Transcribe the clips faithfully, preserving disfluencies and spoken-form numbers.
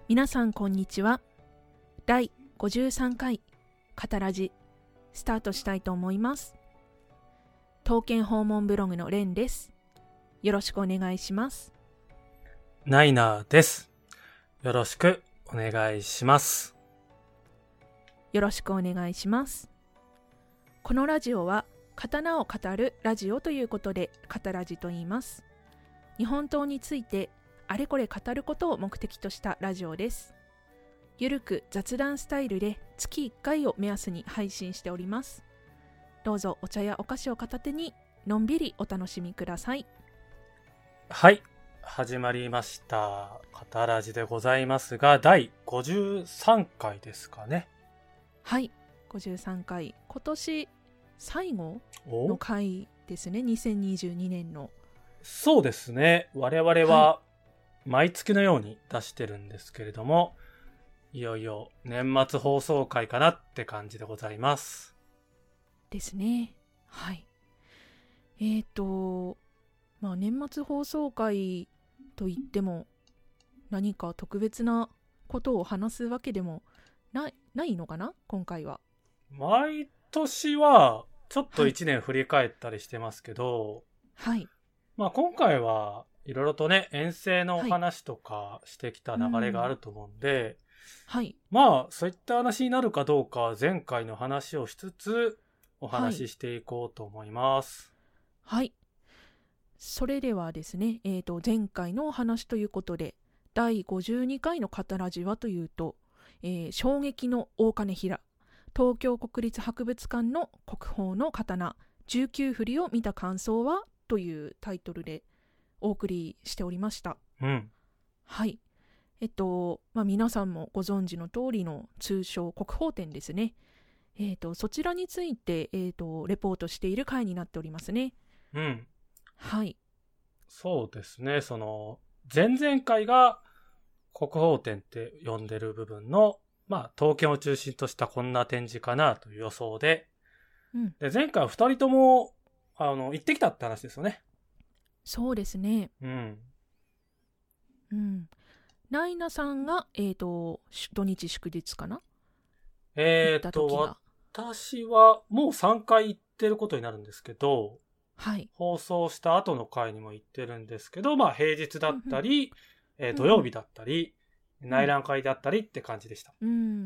皆さんこんにちは。だいごじゅうさんかいカタラジスタートしたいと思います。刀剣訪問ブログのレンです。よろしくお願いします。 ナイナーです。よろしくお願いします。 よろしくお願いします。このラジオは刀を語るラジオということでカタラジと言います。日本刀についてあれこれ語ることを目的としたラジオです。ゆるく雑談スタイルで月いっかいを目安に配信しております。どうぞお茶やお菓子を片手にのんびりお楽しみください。 はい、始まりました。カタラジでございますが、だいごじゅうさんかいですかね。 はい、ごじゅうさんかい。今年最後の回ですね。にせんにじゅうにねんの。 そうですね。我々は毎月のように出してるんですけれども、いよいよ年末放送回かなって感じでございます。 ですね。はい。えーと、まあ年末放送回といっても何か特別なことを話すわけでもな い, ないのかな今回は。 毎年はちょっといちねん振り返ったりしてますけど、 はい。 まあ今回はいろいろとね、遠征のお話とかしてきた流れがあると思うんで、 はい。 まあそういった話になるかどうかは前回の話をしつつお話ししていこうと思います。 はい。はい、それではですね、えーと、前回のお話ということで、だいごじゅうにかいのカタラジはというと、えー、衝撃の大金平、東京国立博物館の国宝の刀じゅうきゅう振りを見た感想はというタイトルでお送りしておりました。 うん。 はい。えっと、まあ、皆さんもご存知の通りの通称国宝展ですね。えっと、そちらについて、えっと、レポートしている回になっておりますね。 うん。 はい。 そうですね。その、前々回が国宝展って呼んでる部分の、まあ、刀剣を中心としたこんな展示かなという予想で、 うん、 で前回はふたりとも、あの、行ってきたって話ですよね。 そうですね。 うん。 うん。ナイナさんが、えっと、土日祝日かなえーっと、私はもうさんかい行ってることになるんですけど、 はい、 放送した後の回にも行ってるんですけど、まあ平日だったり、うんうん、えー、土曜日だったり、うん、内覧会だったりって感じでした。 うん。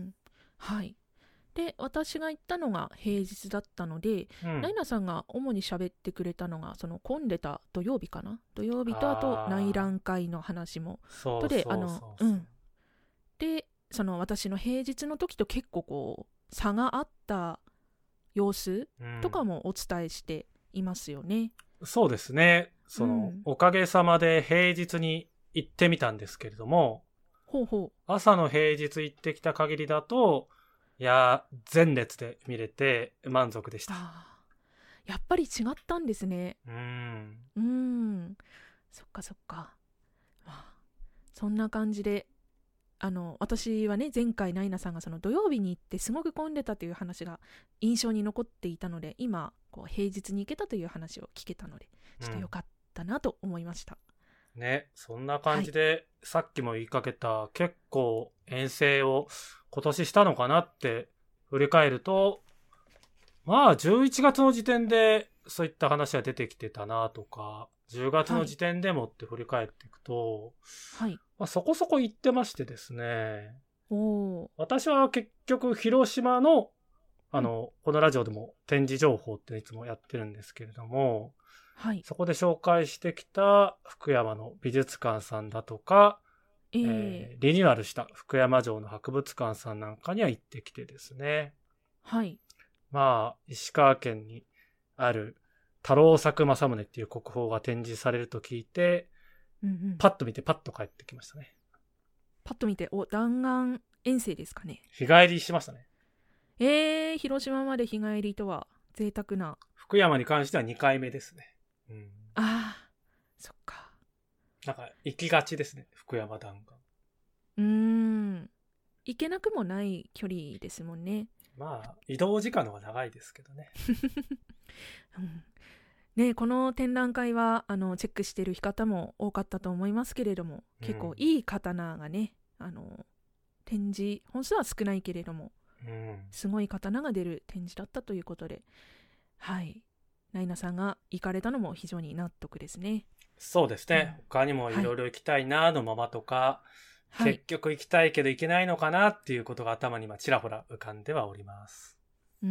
はい。で、私が行ったのが平日だったので、うん、ナイナさんが主に喋ってくれたのが、その混んでた土曜日かな土曜日とあと内覧会の話も。 そうそうそうそう。 あの、うん。で、その私の平日の時と結構こう、差があった様子とかもお伝えしていますよね。 うん、そうですね。その、うん、おかげさまで平日に行ってみたんですけれども、 ほうほう。 朝の平日行ってきた限りだと、いや、前列で見れて満足でした。 あ、やっぱり違ったんですね。 うーん。 うーん。そっかそっか。まあ、そんな感じで、あの、私はね、前回ナイナさんがその土曜日に行ってすごく混んでたという話が印象に残っていたので、今、こう平日に行けたという話を聞けたので、ちょっとよかったなと思いました。 うん、ね、そんな感じで、はい、さっきも言いかけた結構遠征を今年したのかなって振り返ると、まあじゅういちがつの時点でそういった話が出てきてたなとか、じゅうがつの時点でもって振り返っていくと、 はい、 まあ、そこそこ行ってましてですね。 お、 私は結局広島のあの、うん、このラジオでも展示情報っていつもやってるんですけれども、 はい、 そこで紹介してきた福山の美術館さんだとか、 えーえー、リニューアルした福山城の博物館さんなんかには行ってきてですね。 はい。 まあ、石川県にある太郎作政宗っていう国宝が展示されると聞いて、うんうん、パッと見てパッと帰ってきましたね。 パッと見て、お、弾丸遠征ですかね。 日帰りしましたね。 えー、広島まで日帰りとは贅沢な。 福山に関してはにかいめですね。うん、 ああ、そっか。 なんか行きがちですね、福山弾丸。 うーん、行けなくもない距離ですもんね。 まあ移動時間の方が長いですけどね。 うん、ね、この展覧会はあのチェックしている方も多かったと思いますけれども、うん、結構いい刀がねあの展示本数は少ないけれども、 うん、 すごい刀が出る展示だったということで、はい、ナイナさんが行かれたのも非常に納得ですね。 そうですね、 うん、 他にもいろいろ行きたいなのままとか、 はい、 結局行きたいけど行けないのかなっていうことが頭に今ちらほら浮かんではおります。 うん、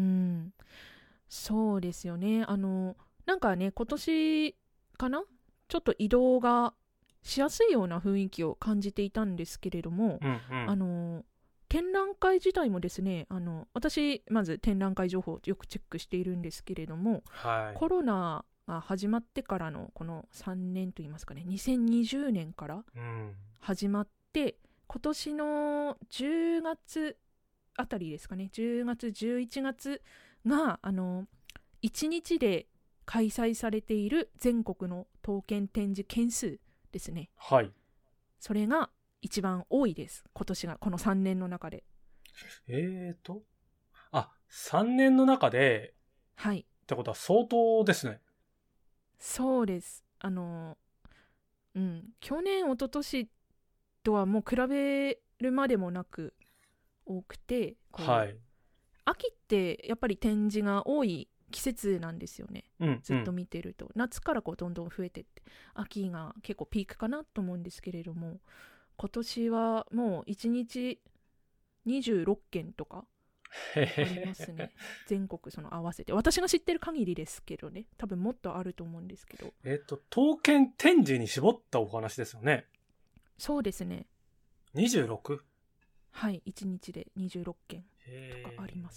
そうですよね。あのなんかね、今年かな、ちょっと移動がしやすいような雰囲気を感じていたんですけれども、 うんうん、 あの展覧会自体もですね、あの私まず展覧会情報をよくチェックしているんですけれども、 はい、 コロナが始まってからのこのさんねんといいますかね、にせんにじゅうねんから始まって、うん、今年のじゅうがつあたりですかね、じゅうがつじゅういちがつがあのいちにちで開催されている全国の刀剣展示件数ですね、 はい、 それが一番多いです、今年がこのさんねんの中で。 えーとあさんねんの中で、 はい、 ってことは相当ですね。 そうです。あのうん去年一昨年とはもう比べるまでもなく多くて、 はい、 秋ってやっぱり展示が多い季節なんですよね、 うんうん、 ずっと見てると。夏からこうどんどん増えてって、秋が結構ピークかなと思うんですけれども、今年はもういちにちにじゅうろっけんとかありますね全国その合わせて、私が知ってる限りですけどね、多分もっとあると思うんですけど。 えっと刀剣展示に絞ったお話ですよね。 そうですね、 にじゅうろく？ はい、いちにちでにじゅうろっけんとかあります。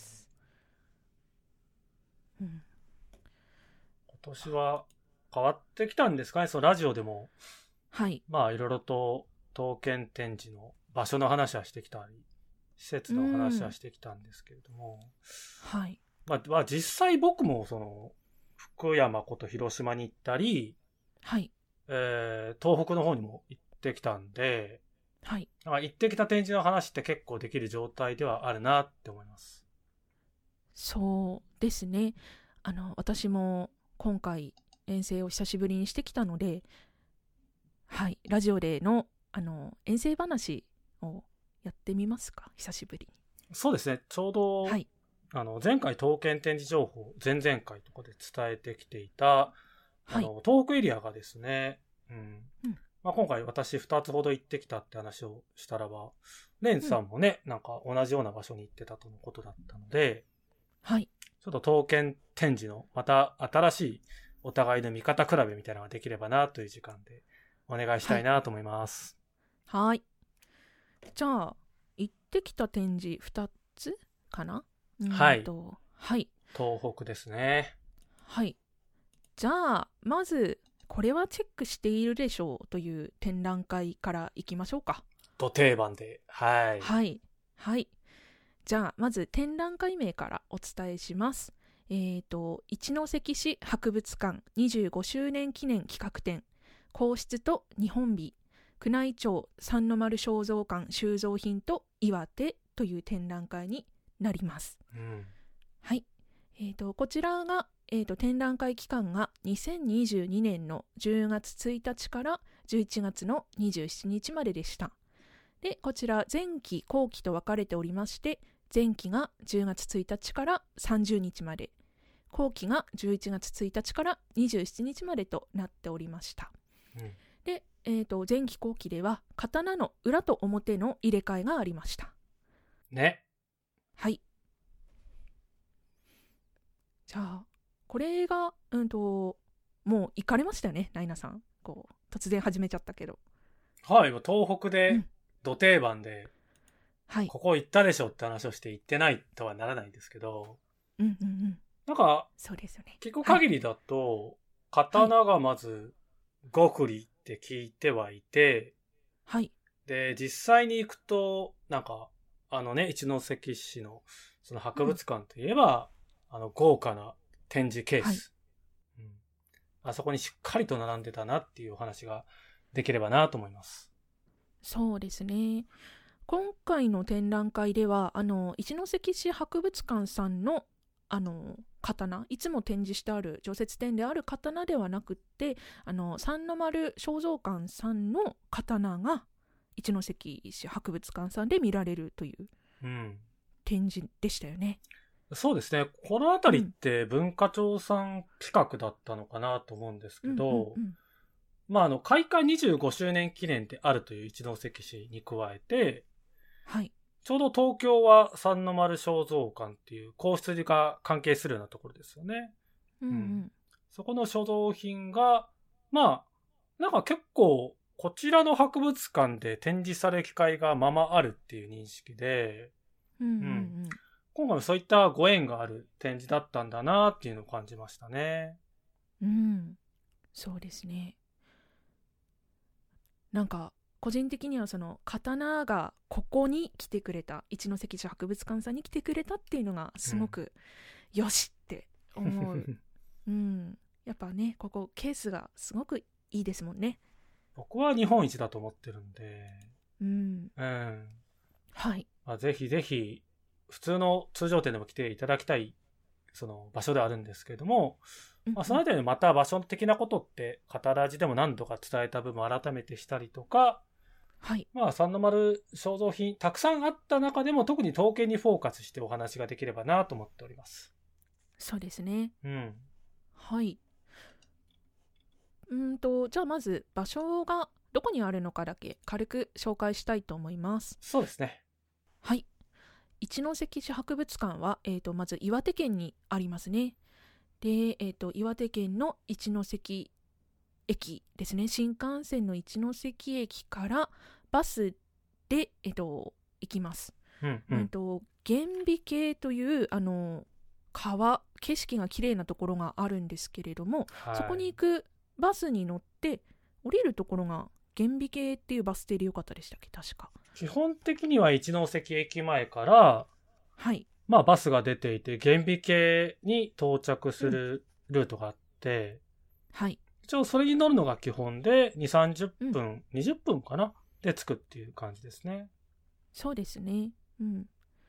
うん、 今年は変わってきたんですかね。そのラジオでも、 はい、 まあいろいろと刀剣展示の場所の話はしてきたり、施設の話はしてきたんですけれども、 はい、 まあ、まあ、実際僕もその福山こと広島に行ったり、 はい、 えー、東北の方にも行ってきたんで、 はい、 行ってきた展示の話って結構できる状態ではあるなって思います。 そうですね。あの私も今回遠征を久しぶりにしてきたので、はい、ラジオでのあの遠征話をやってみますか、久しぶりに。 そうですね、ちょうど、 はい、 あの前回刀剣展示情報前々回とかで伝えてきていた、あの、はい、東北エリアがですね、うんうんまあ、今回私ふたつほど行ってきたって話をしたらば、レンさんもね、うん、なんか同じような場所に行ってたとのことだったので、 はい、ちょっと刀剣展示のまた新しいお互いの見方比べみたいなのができればなという時間でお願いしたいなと思います。 はい、はい、じゃあ行ってきた展示ふたつかな。 はい、 はい、 東北ですね。 はい、じゃあまずこれはチェックしているでしょうという展覧会からいきましょうか。 ど定番で、はいはいはい。じゃあまず展覧会名からお伝えします。えーと一関市博物館にじゅうごしゅうねん記念企画展、皇室と日本美、宮内庁三の丸肖像館収蔵品と岩手という展覧会になります。 うん、 はい。えーとこちらがえー、と展覧会期間がにせんにじゅうにねんのじゅうがつついたちからじゅういちがつのにじゅうしちにちまででした。で、こちら前期後期と分かれておりまして、前期がじゅうがつついたちからさんじゅうにちまで、後期がじゅういちがつついたちからにじゅうしちにちまでとなっておりました。うん、で、えー、と前期後期では刀の裏と表の入れ替えがありましたね。 はい。じゃあこれが、うんと、もう行かれましたよね、ナイナさん。こう突然始めちゃったけど。 はい、東北で、ど定番で、うんはい、 ここ行ったでしょって話をして行ってないとはならないんですけど、 うんうんうん、 なんか、 そうですよね。 聞く限りだと、はい、刀がまずごふりって聞いてはいて、 はい。 で、実際に行くと、なんか、あのね、一関市のその博物館といえば、うん、あの豪華な展示ケース、はいうん、あそこにしっかりと並んでたなっていうお話ができればなと思います。 そうですね。今回の展覧会ではあの一関市博物館さんのあの刀、いつも展示してある常設展である刀ではなくって、あの三の丸肖像館さんの刀が一関市博物館さんで見られるという展示でしたよね。 うん、そうですね。このあたりって文化庁さん企画だったのかなと思うんですけど、うんうんうん、まあ、あの開館にじゅうごしゅうねん記念であるという一関市に加えて、 はい、 ちょうど東京は三の丸肖像館っていう皇室が関係するようなところですよね。 うんうんうん、 そこの所蔵品が、まあ、なんか結構こちらの博物館で展示される機会がままあるっていう認識で、 うんうんうん、 今回もそういったご縁がある展示だったんだなっていうのを感じましたね。 うん、そうですね。なんか個人的にはその刀がここに来てくれた、一関市博物館さんに来てくれたっていうのがすごく、うん、よしって思う、うん、やっぱねここケースがすごくいいですもんね。 僕は日本一だと思ってるんで、 うんうん、 はい、 まあ、ぜひぜひ普通の通常店でも来ていただきたいその場所ではあるんですけれども、うんうん、まあ、そのあたりのまた場所的なことってカタラジでも何度か伝えた部分を改めてしたりとか、 はい、 まあ三の丸肖像品たくさんあった中でも特に統計にフォーカスしてお話ができればなと思っております。 そうですね。 うん。 はい。うんとじゃあまず場所がどこにあるのかだけ軽く紹介したいと思います。 そうですね。 はい。一関市博物館は、えー、とまず岩手県にありますね。で、えー、と岩手県の一関駅ですね。新幹線の一関駅からバスで、えー、と行きます。 うんうん、 えー、と厳美渓というあの川景色が綺麗なところがあるんですけれども、はい、そこに行くバスに乗って降りるところが厳美渓っていうバス停でよかったでしたっけ。確か基本的には一関駅前から、 はい、 まあバスが出ていて厳美渓に到着するルートがあって、 うん、はい、 一応それに乗るのが基本でにじゅう、さんじゅっぷん、うん、にじゅっぷんかなで着くっていう感じですね。 そうですね。うん。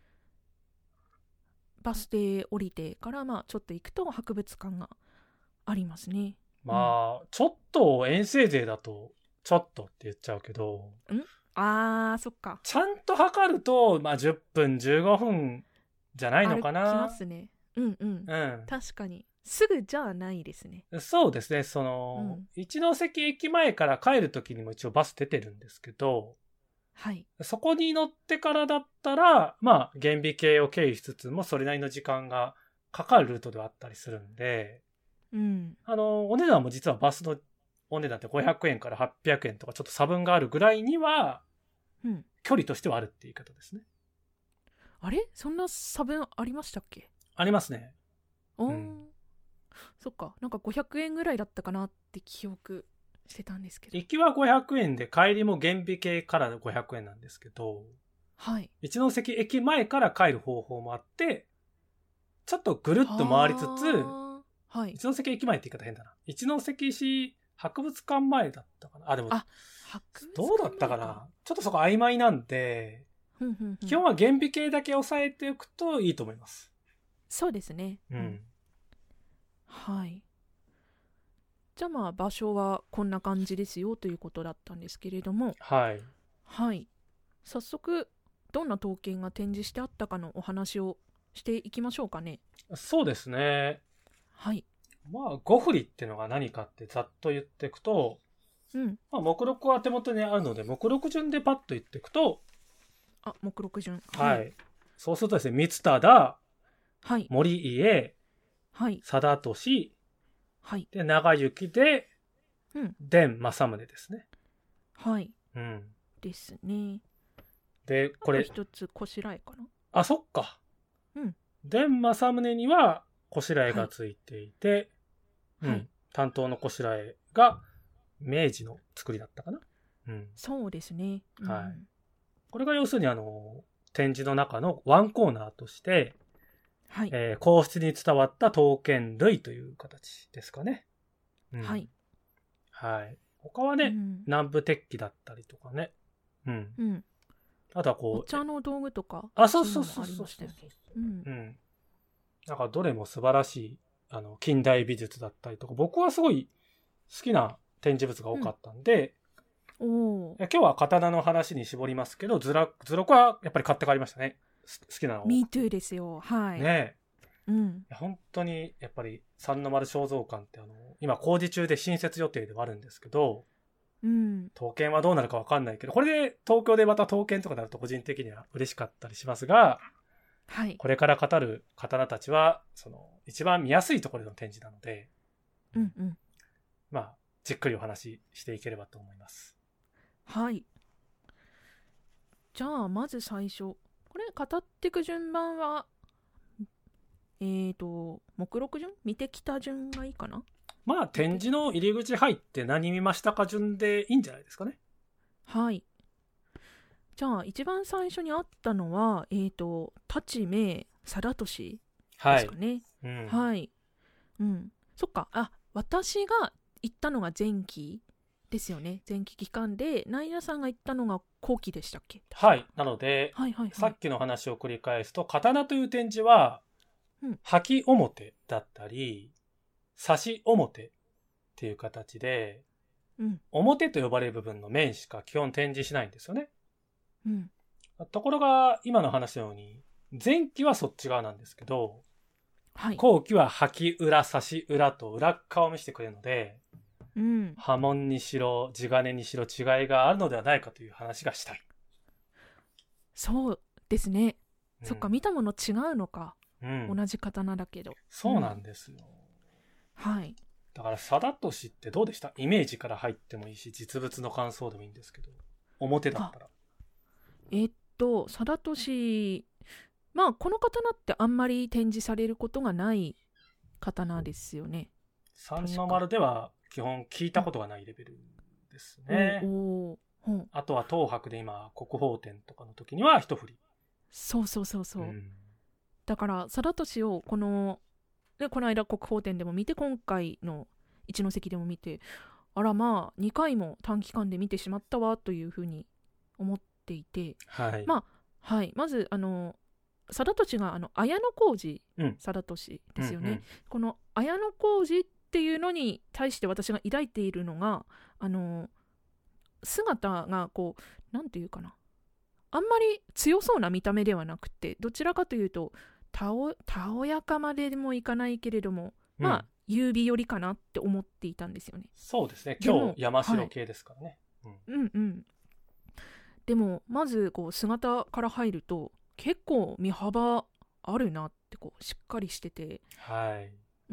バス停降りてからまあちょっと行くと博物館がありますね。 まあ、うん、ちょっと遠征勢だとちょっとって言っちゃうけど、 んあーそっか。 ちゃんと測ると、まあ、じゅっぷんじゅうごふんじゃないのかな。 歩きますね。うんうん、 うん、 確かにすぐじゃないですね。 そうですね。その、うん、一関駅前から帰る時にも一応バス出てるんですけど、 はい、 そこに乗ってからだったらまあ厳美渓を経由しつつもそれなりの時間がかかるルートではあったりするんで、 うん、 あのお値段も実はバスのお値段ってごひゃくえんからはっぴゃくえんとかちょっと差分があるぐらいには、うん、距離としてはあるって言い方ですね。 あれそんな差分ありましたっけ。 ありますね。 おー、うん、そっか。なんかごひゃくえんぐらいだったかなって記憶してたんですけど、 行きはごひゃくえんで帰りも厳美渓からごひゃくえんなんですけど、 はい、 一関駅前から帰る方法もあってちょっとぐるっと回りつつ、はい、一関駅前って言い方変だな。一関市博物館前だったかな。あ、でも、あ、どうだったかな。ちょっとそこ曖昧なんで、ふんふんふん、基本は厳美渓だけ押さえておくといいと思います。 そうですね。うん。うん、はい。じゃあまあ場所はこんな感じですよということだったんですけれども、 はい。 はい。早速、どんな刀剣が展示してあったかのお話をしていきましょうかね。 そうですね。 はい。 まあ、五振りっていうのが何かってざっと言っていくと、うん。まあ、目録は手元にあるので、目録順でパッと言っていくと、 あ、目録順。 はい。はい、そうするとですね、三忠、 はい。 森家、 はい。 貞俊、 はい。 で、長行で、 うん。 伝正宗ですね。 はい。 うん。 ですね。 で、これ。 一つ、こしらえかな。 あ、そっか。 うん。 伝正宗には、こしらえがついていて、はい、うん。担当のこしらえが、明治の作りだったかな。うん。 そうですね。 うん、はい。これが要するに、あの、展示の中のワンコーナーとして、はい、えー、皇室に伝わった刀剣類という形ですかね。うん、はい。はい。他はね、うん、南部鉄器だったりとかね。うん。うん、あとはこう。 お茶の道具とか。 あ、そうそうそうそうそう。うん。うん。なんかどれも素晴らしい、あの、近代美術だったりとか、僕はすごい好きな展示物が多かったんで、 おー。 今日は刀の話に絞りますけど、図録図録はやっぱり買って帰りましたね。好きなのを。 Me too ですよ。はい。 ねえ。うん。 本当にやっぱり三の丸肖像館ってあの今工事中で新設予定ではあるんですけど、 うん。 刀剣はどうなるか分かんないけど、これで東京でまた刀剣とかになると個人的には嬉しかったりしますが、 はい。 これから語る刀たちはその一番見やすいところでの展示なので、 うんうん。 まあじっくりお話ししていければと思います。 はい。じゃあまず最初、これ語っていく順番はえーと目録順見てきた順がいいかな。 まあ展示の入り口入って何見ましたか順でいいんじゃないですかね。 はい。じゃあ一番最初にあったのはえーと舘明貞俊ですかね。はい、うん、はい。うん。そっか。あ、私が行ったのが前期ですよね。前期期間でナイナさんが行ったのが後期でしたっけ。 はい。なので、はいはいはい、さっきの話を繰り返すと、刀という展示は、うん、履き表だったり差し表っていう形で、うん、表と呼ばれる部分の面しか基本展示しないんですよね。うん、ところが今の話のように前期はそっち側なんですけど、はい、後期は履き裏差し裏と裏側を見せてくれるので、うん、刃文にしろ地金にしろ違いがあるのではないかという話がしたい。 そうですね、うん、そっか、見たもの違うのか、うん、同じ刀だけど。 そうなんですよ、 うん、はい。 だから貞俊ってどうでした？イメージから入ってもいいし実物の感想でもいいんですけど、表だったら。 えっと貞俊、まあこの刀ってあんまり展示されることがない刀ですよね。 三の丸では基本聞いたことがないレベルですね。おお、あとは東博で今国宝展とかの時には一振り。 そうそうそうそう、うん、だから貞俊をこのでこの間国宝展でも見て、今回の一関でも見て、あらまあにかいも短期間で見てしまったわというふうに思っていて、 はい、 まあはい、まずあの貞俊があの綾小路貞俊ですよね、うんうんうん、この綾小路っていうのに対して私が抱いているのが、あの姿がこうなんていうかな、あんまり強そうな見た目ではなくて、どちらかというとたお、たおやかまでもいかないけれども、うん、まあ優美寄りかなって思っていたんですよね。 そうですね、今日山城系ですからね、 はい、うん、うんうんでもまずこう姿から入ると結構身幅あるなって、こうしっかりしてて、 はい、 うん、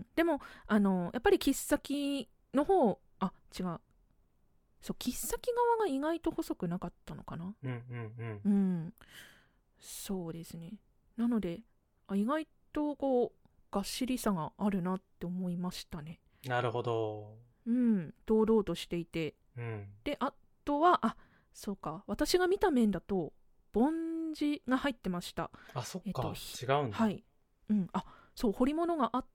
でもあのやっぱり切っ先の方、あ違うそう切っ先側が意外と細くなかったのかな。 うんうんうん、 うん、そうですね。なのであ意外とこうがっしりさがあるなって思いましたね。 なるほど。 うん、堂々としていて、うん、であとはあそうか、私が見た面だと梵字が入ってました。 あ、そっか、えっと、違うんだ。 はい、うん、あそう彫り物があって、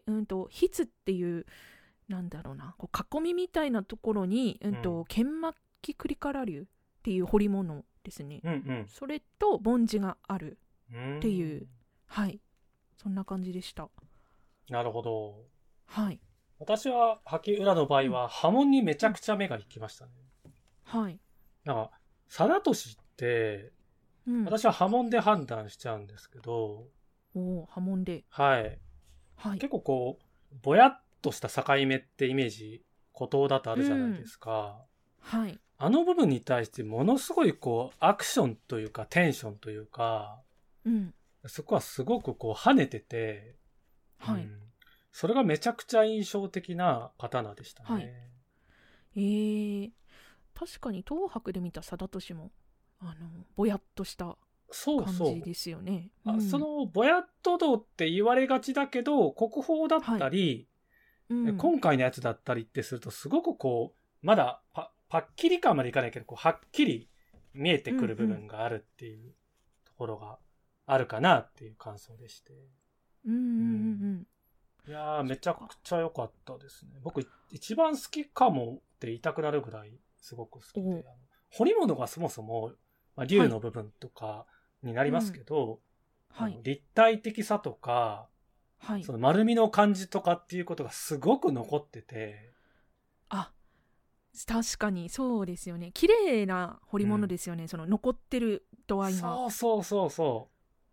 うんと筆っていうなんだろうな、こう囲みみたいなところに、うんと、うん、剣巻栗唐流っていう彫り物ですね、 うんうん、 それと梵字があるっていう、はい、そんな感じでした。 なるほど。 はい。 私は履き裏の場合は、うん、刃文にめちゃくちゃ目が行きましたね。 はい。 なんか貞俊って、うん、私は刃文で判断しちゃうんですけど、 お刃文で、 はい、はい、結構こうぼやっとした境目ってイメージ古刀だとあるじゃないですか、 うん、はい、 あの部分に対してものすごいこうアクションというかテンションというか、うん、そこはすごくこう跳ねてて、はい、うん、それがめちゃくちゃ印象的な刀でしたね。はい、 えー、確かに東博で見た貞俊もあのぼやっとした感じですよね。 そうそう、うん、そのぼやっと度って言われがちだけど国宝だったり、はい、うん、今回のやつだったりってするとすごくこうまだ パ, パッキリ感までいかないけどこうはっきり見えてくる部分があるっていうところがあるかなっていう感想でして、 うんうんうん、 いやーめちゃくちゃ良かったですね。僕一番好きかもって言いたくなるぐらいすごく好きで、あの彫り物がそもそも、まあ、竜の部分とかになりますけど、はい、あの立体的さとか、はい、その丸みの感じとかっていうことがすごく残ってて、 あ確かにそうですよね。綺麗な彫り物ですよね、うん、その残ってる度合いが。 そうそうそうそう、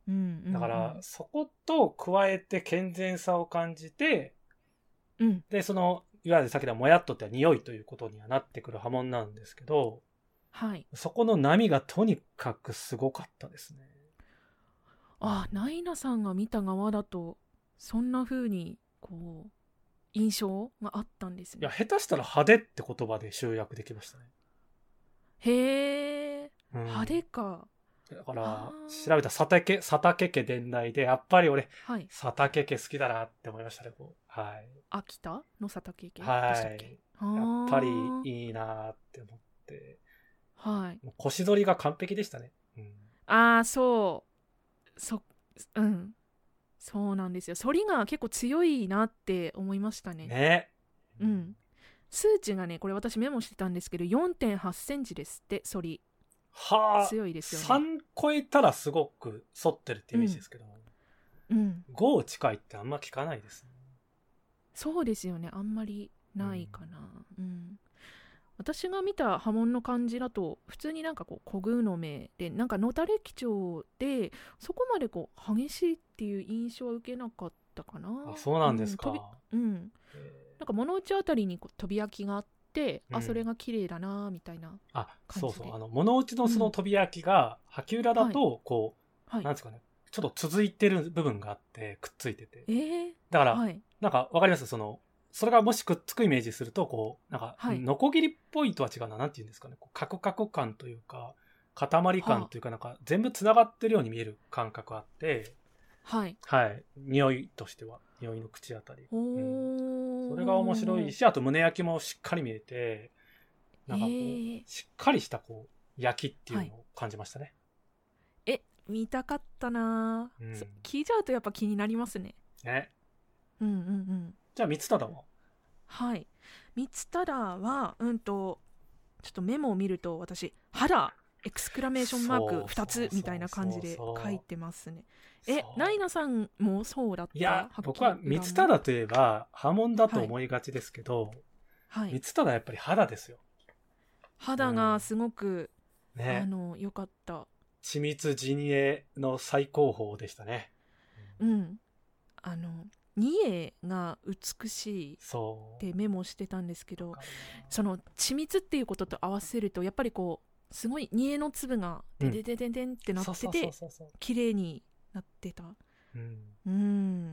うんうんうん、だからそこと加えて健全さを感じて、うん、でそのいわゆるさっきのもやっとって匂いということにはなってくる刃文なんですけど、はい、そこの波がとにかくすごかったですね。 あ、ナイナさんが見た側だとそんな風にこう印象があったんですね。 いや、下手したら派手って言葉で集約できましたね。 へえ、うん、派手か。 だから調べた佐竹佐竹家伝来でやっぱり俺、はい、佐竹家好きだなって思いましたね。こう、はい、 秋田の佐竹家、 はい、やっぱりいいなって思って、はい、腰取りが完璧でしたね。うん、ああ、そうそうんそうなんですよ。反りが結構強いなって思いましたね。 ね。 うん。数値がね、これ私メモしてたんですけど よんてんはちセンチですって、反り。 はあ。 強いですよね。 さん超えたらすごく反ってるってイメージですけど、うん、うん、ご近いってあんま聞かないですね。 そうですよね。あんまりないかな。うん。うん、私が見た刃文の感じだと普通になんかこう古宮の目でなんか野垂れ基調でそこまでこう激しいっていう印象は受けなかったかな。 あ、そうなんですか。 うん、うん、なんか物内あたりにこう飛び焼きがあって、うん、あ、それが綺麗だなみたいな感じで。 あ、そうそう、あの物内のその飛び焼きが履浦だとこう、はい、なんですかね、ちょっと続いてる部分があってくっついてて、えー、だから、はい、なんかわかります？そのそれがもしくっつくイメージすると、こう、なんか、ノコギリっぽいとは違うな。なんていうんですかね。こうカクカク感というか、塊感というか、なんか、全部つながってるように見える感覚があって、はい。はい。匂いとしては、匂いの口あたり。うん、それが面白いし、あと胸焼きもしっかり見えて、なんかこう、えー、しっかりした、こう、焼きっていうのを感じましたね。 はい、え、見たかったな、うん、聞いちゃうとやっぱ気になりますね。ね。うんうんうん。 じゃあ、三忠は？ はい。三忠は、うんと、ちょっとメモを見ると、私、肌、エクスクラメーションマークふたつみたいな感じで書いてますね。え、ナイナさんもそうだった？ いや、僕は三忠といえば、刃文だと思いがちですけど、はい、三忠はやっぱり肌ですよ。 肌がすごく、うん、ね、あの、良かった。 緻密陣営の最高峰でしたね。 うん。あの、二重が美しいってメモしてたんですけど、その緻密っていうことと合わせるとやっぱりこうすごい二重の粒がデデデデデンってなってて綺麗になってた。うん、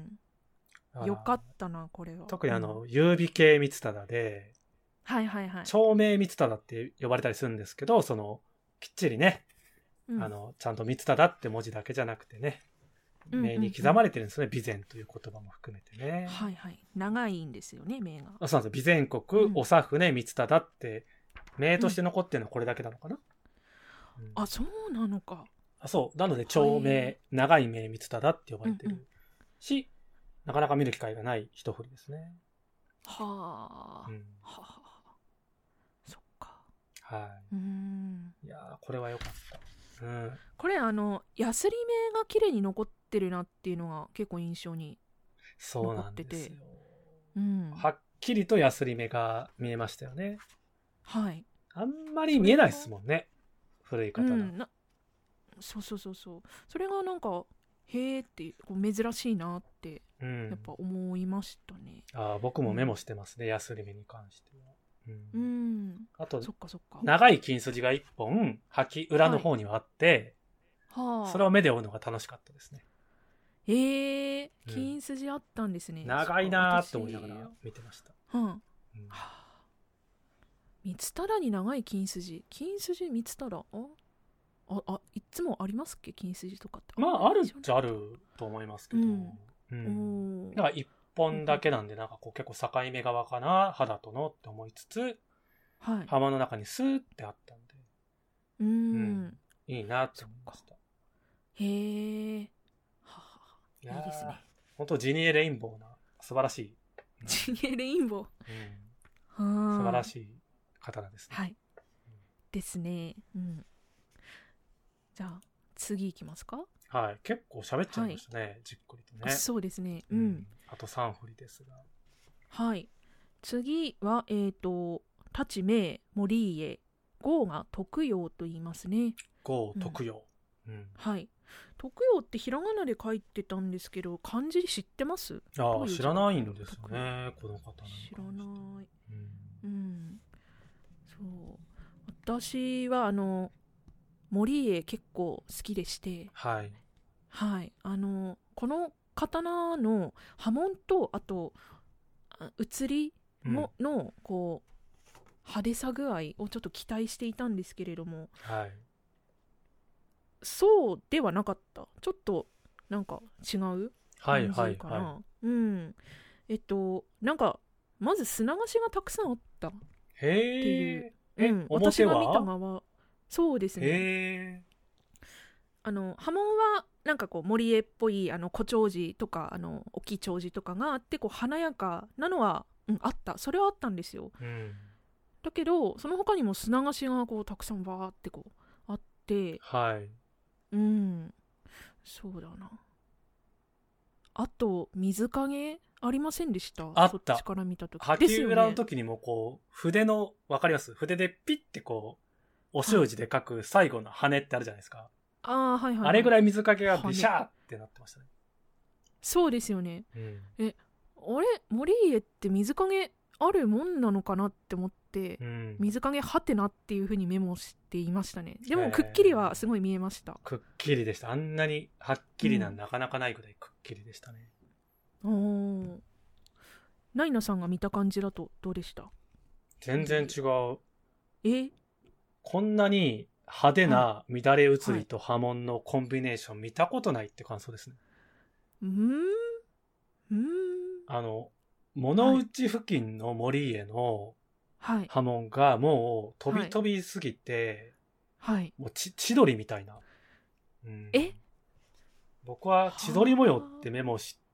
うん、よかったなこれは。 特にあの、うん、優美系三忠で、 はいはいはい、 長命三忠って呼ばれたりするんですけど、そのきっちりね、うん、あのちゃんと三忠って文字だけじゃなくてね、名に刻まれてるんですね、うんうんうん、備前という言葉も含めてね。 はいはい。長いんですよね、名が。 あ、そうなんですよ。備前国、長船、三忠って名として残ってるのはこれだけなのかな、 うんうん、あ、そうなのか。 あ、そう。なので長名、長い名三忠って呼ばれてる、うんうん、し、なかなか見る機会がない一振りですね。 はあ、うん、はあ、そっか。 はい。うーん、いやー、これは良かった。うん、 これあのヤスリ目が綺麗に残ってるなっていうのが結構印象に残ってて、そうなんですよ、 うん、はっきりとヤスリ目が見えましたよね。はい。あんまり見えないですもんね、古い方の、うん、なそうそうそうそう。それがなんかへーってこう珍しいなってやっぱ思いましたね。 うん、あ、僕もメモしてますね、ヤスリ目に関しては。うん、うん、あとそっかそっか、 長い金筋が一本履き裏の方にはあって、はい、それを目で追うのが楽しかったですね。 えー、金筋あったんですね、 うん、長いなーって思いながら見てました。うん、うん、 はあ、三忠に長い金筋、金筋三忠、あああ、いつもありますっけ、金筋とかって。 まああるっちゃあると思いますけど、うんうん、だから一本だけなんで、なんかこう結構境目側かな、肌とのって思いつつ、はい、浜の中にスーってあったんで、うん、うん、いいなって思いました。 へえ、はあ、 いいですね。本当ジニエレインボーな素晴らしい、 うん、ジニエレインボー、 うん、素晴らしい刀ですね。 はい、うん、ですね。うん。じゃあ次いきますか。 はい、結構喋っちゃいましたね、はい、じっくりとね。 そうですね。うん。うん、 あとさん振りですが。 はい。次はえっと太刀銘森家豪が徳陽と言いますね。 豪徳陽、うんうん、 はい。徳陽ってひらがなで書いてたんですけど、漢字知ってます？ ああ、知らないんですよね、この方。 知らない。うん、うん、そう。私はあの森家結構好きでして、 はい、 はい、あのこの刀の刃文とあと写りも、うん、のこう派手さ具合をちょっと期待していたんですけれども、 はい、 そうではなかった。ちょっとなんか違う感じかな。 はいはいはい、 うん。えっとなんかまず砂菓子がたくさんあったっていう。 へー、 うん、私が見た側、そうですね。 へー、 あの刃文はなんかこう森江っぽいあの小丁子とかあの大きい丁子とかがあってこう華やかなのは、うん、あった。それはあったんですよ。 うん、 だけどその他にも砂菓子がこうたくさんバーってこうあって、 はい、 うん、そうだな。あと水影ありませんでした？ あった。 そっちから見た時。 波及裏の時にもこう筆のわかります？筆でピッてこうお習字で書く最後の羽ってあるじゃないですか。 ああ、はいはい、はい、 あれぐらい水かけがビシャーってなってましたね。 そうですよね、 うん、 え、あれ森家って水影あるもんなのかなって思って、うん、水影はてなっていう風にメモしていましたね。でもくっきりはすごい見えました。 くっきりでした。あんなにはっきりな、うん、なかなかないぐらいくっきりでしたね。 おー、ナイナさんが見た感じだとどうでした？ 全然違う。 えこんなに派手な乱れ写りと刃文のコンビネーション見たことないって感想ですね。 うーんうーんあの物内付近の森家の刃文がもう飛び飛びすぎて、はい、もうち千鳥みたいな、うん、え僕は千鳥模様ってメモして、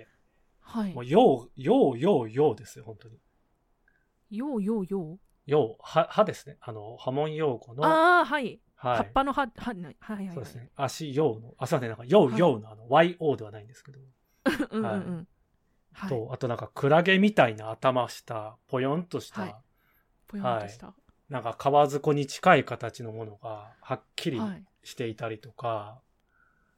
はい、もうようようようようですよ本当に。 ようようようようは歯ですね。あの刃文用語のああはい、はい、葉っぱの葉ははいはいはい、 そうですね。足ようのあすいませんなんかようようのあの ワイオー ではないんですけどうんうん、うんはい、とあとなんかクラゲみたいな頭したぽよんとした、はい、 ぽよんとした、はい、 なんか川底に近い形のものがはっきりしていたりとか、はい、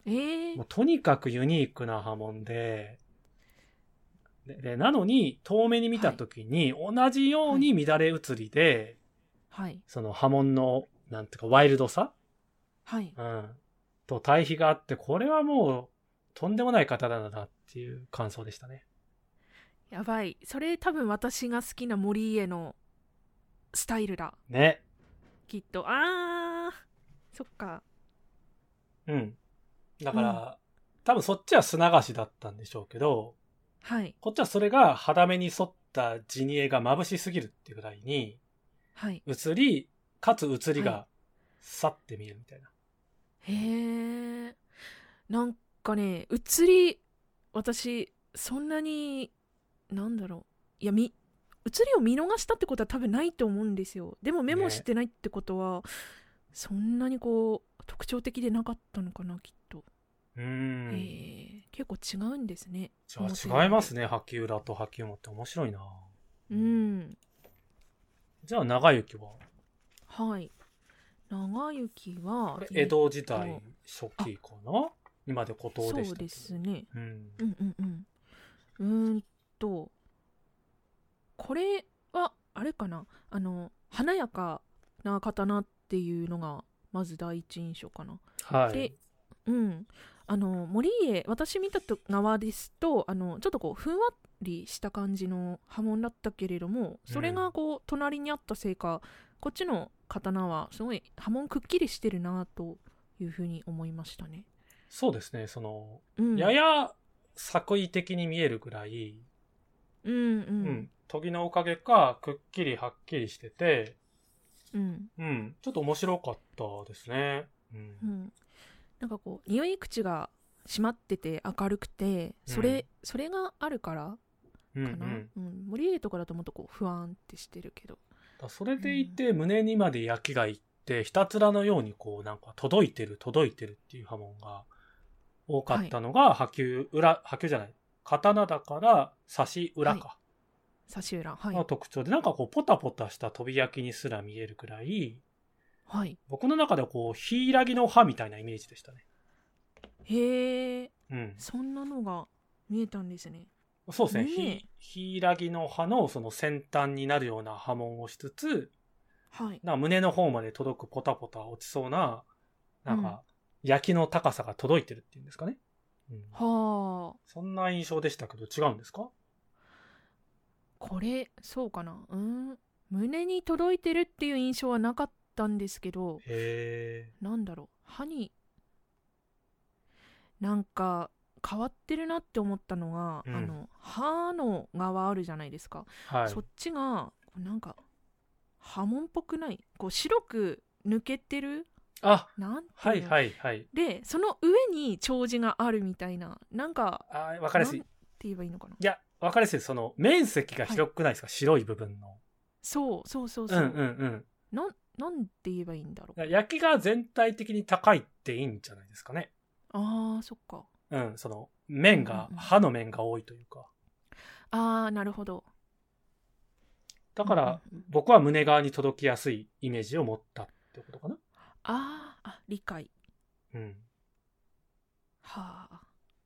えー、もうとにかくユニークな刃文で、ででなのに遠目に見た時に同じように乱れ写りで、はい、その刃文のなんていうかワイルドさ、はいうん、と対比があって、これはもうとんでもない刀だなっていう感想でしたね。 やばい、それ多分私が好きな森家のスタイルだね、きっと。あーそっか、 うんだから、うん、多分そっちは砂菓子だったんでしょうけど、はい、こっちはそれが肌目に沿った地煮えが眩しすぎるっていうぐらいに、はい、映りかつ映りがさって見えるみたいな、 はい、へえ。なんかね映り私そんなになんだろういやみ映りを見逃したってことは多分ないと思うんですよ。でもメモしてないってことは、ね、そんなにこう特徴的でなかったのかなきっと。 うーん、 えー、結構違うんですね。 じゃあ違いますね。波及裏と波及もって面白いな。 うん。 じゃあ長雪は？はい。 長雪はこれ江戸時代初期かな。今で古刀でしたけど。そうですね。うん、うんうんうんうーんとこれはあれかな、あの華やかな刀っていうのがまず第一印象かな。はい。で、うん、あの森家私見た側ですとあのちょっとこうふんわりした感じの刃文だったけれども、それがこう、うん、隣にあったせいかこっちの刀はすごい刃文くっきりしてるなというふうに思いましたね。 そうですね。その、うん、やや作為的に見えるぐらい、うんうんうん、研ぎのおかげかくっきりはっきりしてて、うんうん、ちょっと面白かったですね。うんうん、 なんかこう匂い口が締まってて明るくて、それ、うん、それがあるからかな、うんうんうん、森家とかだともっとこう不安ってしてるけど、 だそれでいて、うん、胸にまで焼きがいってひたつらのようにこうなんか届いてる届いてるっていう刃文が多かったのが波及裏、波及じゃない刀だから刺し裏か、はい、 刺し裏。はい。 が特徴で、なんかこうポタポタした飛び焼きにすら見えるくらい、 はい。 僕の中ではこうヒイラギの葉みたいなイメージでしたね。 へえ、 うん。 そんなのが見えたんですね。 そうですね。 ねえヒヒイラギの葉のその先端になるような刃文をしつつ、 はい。 なんか胸の方まで届くポタポタ落ちそうな、なんか焼きの高さが届いてるっていうんですかね。うん、 はあ。 そんな印象でしたけど違うんですか？ これ、そうかな。うん。胸に届いてるっていう印象はなかったんですけど、 へえ。 なんだろう。歯に、なんか変わってるなって思ったのが、 うんあの、歯の側あるじゃないですか。 はい。 そっちが、なんか、刃文っぽくない？こう白く抜けてるあ、 なんていうの、 はいはいはい。 で、その上に長寿があるみたいな、なんか、 あ、わかりやすい。 なんて言えばいいのかな。 いや、わかりやすい。その面積が広くないですか、白い部分の。 そうそうそうそう。 うんうんうん。 なん、なんて言えばいいんだろう。 焼きが全体的に高いっていいんじゃないですかね。 あー、そっか。 うん、その面が、 うんうんうん刃の面が多いというか。 あー、なるほど。 だから、 うんうんうん僕は胸側に届きやすいイメージを持ったってことかな。 あー、あ、理解。 うん。 はあ。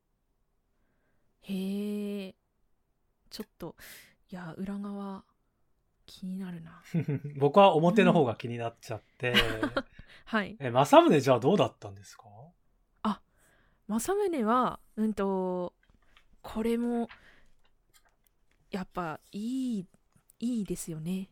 へえ。ちょっと、いや、裏側、気になるな。 僕は表の方が気になっちゃって。 はい。 え、政宗じゃあどうだったんですか？ 政宗は、うんと、これも、やっぱ、いい、いいですよね。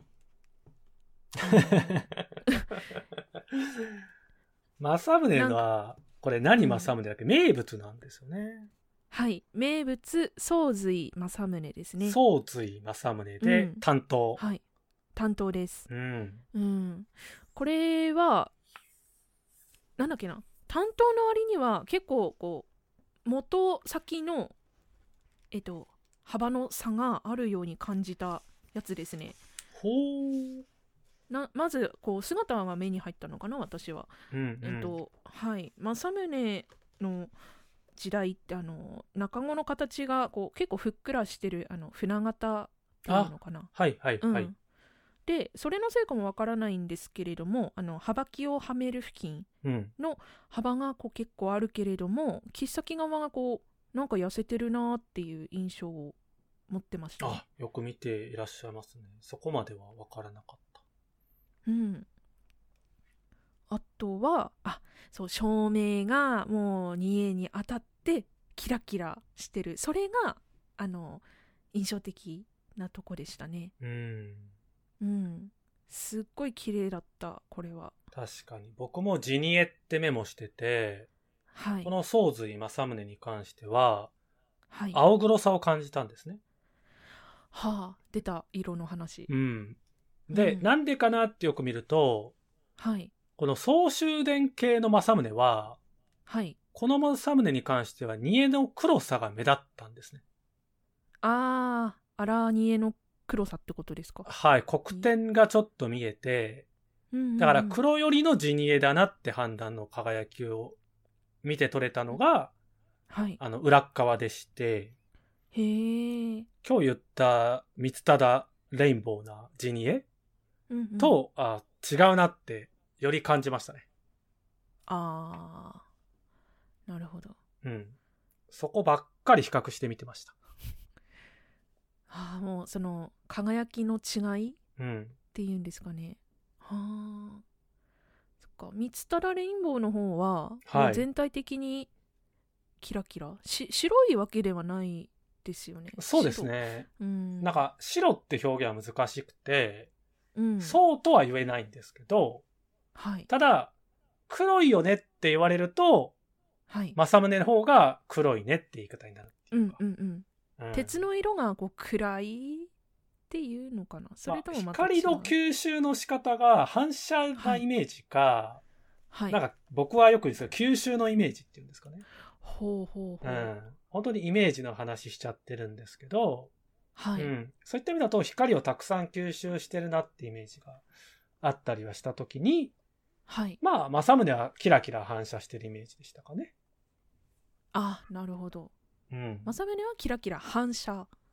政宗は、これ何うん政宗だっけ、名物なんですよね。 はい。名物、宗隋政宗ですね。 宗隋政宗でうん担当。 はい。担当です。 うん。 うん。これは、なんだっけな。担当の割には結構こう元先のえっと幅の差があるように感じたやつですね。 ほう。 なまずこう姿が目に入ったのかな私は。 うんうん。 えっとはい政宗の時代ってあの中子の形がこう結構ふっくらしてるあの船型っていうのかな。 はいはいうんはい。 でそれのせいかもわからないんですけれどもあの幅木をはめる付近うん。 の幅がこう結構あるけれども切っ先側がこうなんか痩せてるなっていう印象を持ってましたね。 あ、よく見ていらっしゃいますね。そこまでは分からなかった。 うんあとはあそう照明がもう二重に当たってキラキラしてるそれがあの印象的なとこでしたね。 うん。 うんすっごい綺麗だったこれは。 確かに。僕もジニエってメモしてて、 はいこの宗隋政宗に関しては、 はい青黒さを感じたんですね。 はあ出た色の話。 うん。で、 うんなんでかなってよく見ると、 はいこの総集伝系の政宗は、 はいこの政宗に関しては、煮えの黒さが目立ったんですね。 あー荒煮えの黒さってことですか。 はい。黒点がちょっと見えて、 うんうんうんだから黒寄りの地煮えだなって判断の輝きを見て取れたのが、 はいあの、裏っ側でして、 へえ、 今日言った三忠レインボーな地煮えうんうん、 と、あ、違うなってより感じましたね。 あーなるほど。 うん。そこばっかり比較してみてました。 ああもうその輝きの違いっうん。 ていうんですかね。はあそっか三忠レインボーの方は、 はいもう全体的にキラキラし白いわけではないですよね。 そうですね。 白うんなんか、白って表現は難しくて、 うんそうとは言えないんですけど、 はいただ、黒いよねって言われると、 はい政宗の方が黒いねって言い方になるってういうんか。 うんうんうん鉄の色がこう暗いっていうのかな。それともまあまた違う、 光の吸収の仕方が反射なイメージか、 はいなんか僕はよく言うんですけど、吸収のイメージっていうんですかね。 ほうほうほう、 うん。本当にイメージの話しちゃってるんですけど、 はい、 うん。そういった意味だと光をたくさん吸収してるなってイメージがあったりはしたときに、 はいまあ、政宗はキラキラ反射してるイメージでしたかね。 あなるほど。 うん。 政宗はキラキラ反射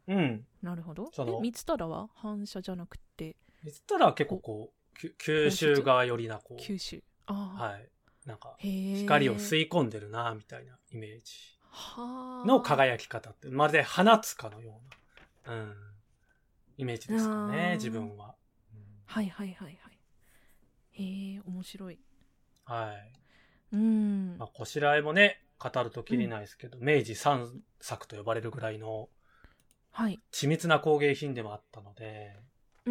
うん。 なるほど。 そのえ、三つ虎は反射じゃなくて三つ虎は結構こうきゅ吸収側寄りなこう吸収。ああ。 はい。なんかへえ。 光を吸い込んでるなみたいなイメージはあ。 の輝き方ってまるで放つかのような、うん、イメージですかね自分は、うん、 はいはいはいはい。へえ、面白い。 はい。 うん。 まあ、こしらえもね語るときりないですけど、うん、明治三作と呼ばれるぐらいのはい緻密な工芸品でもあったので、 うん、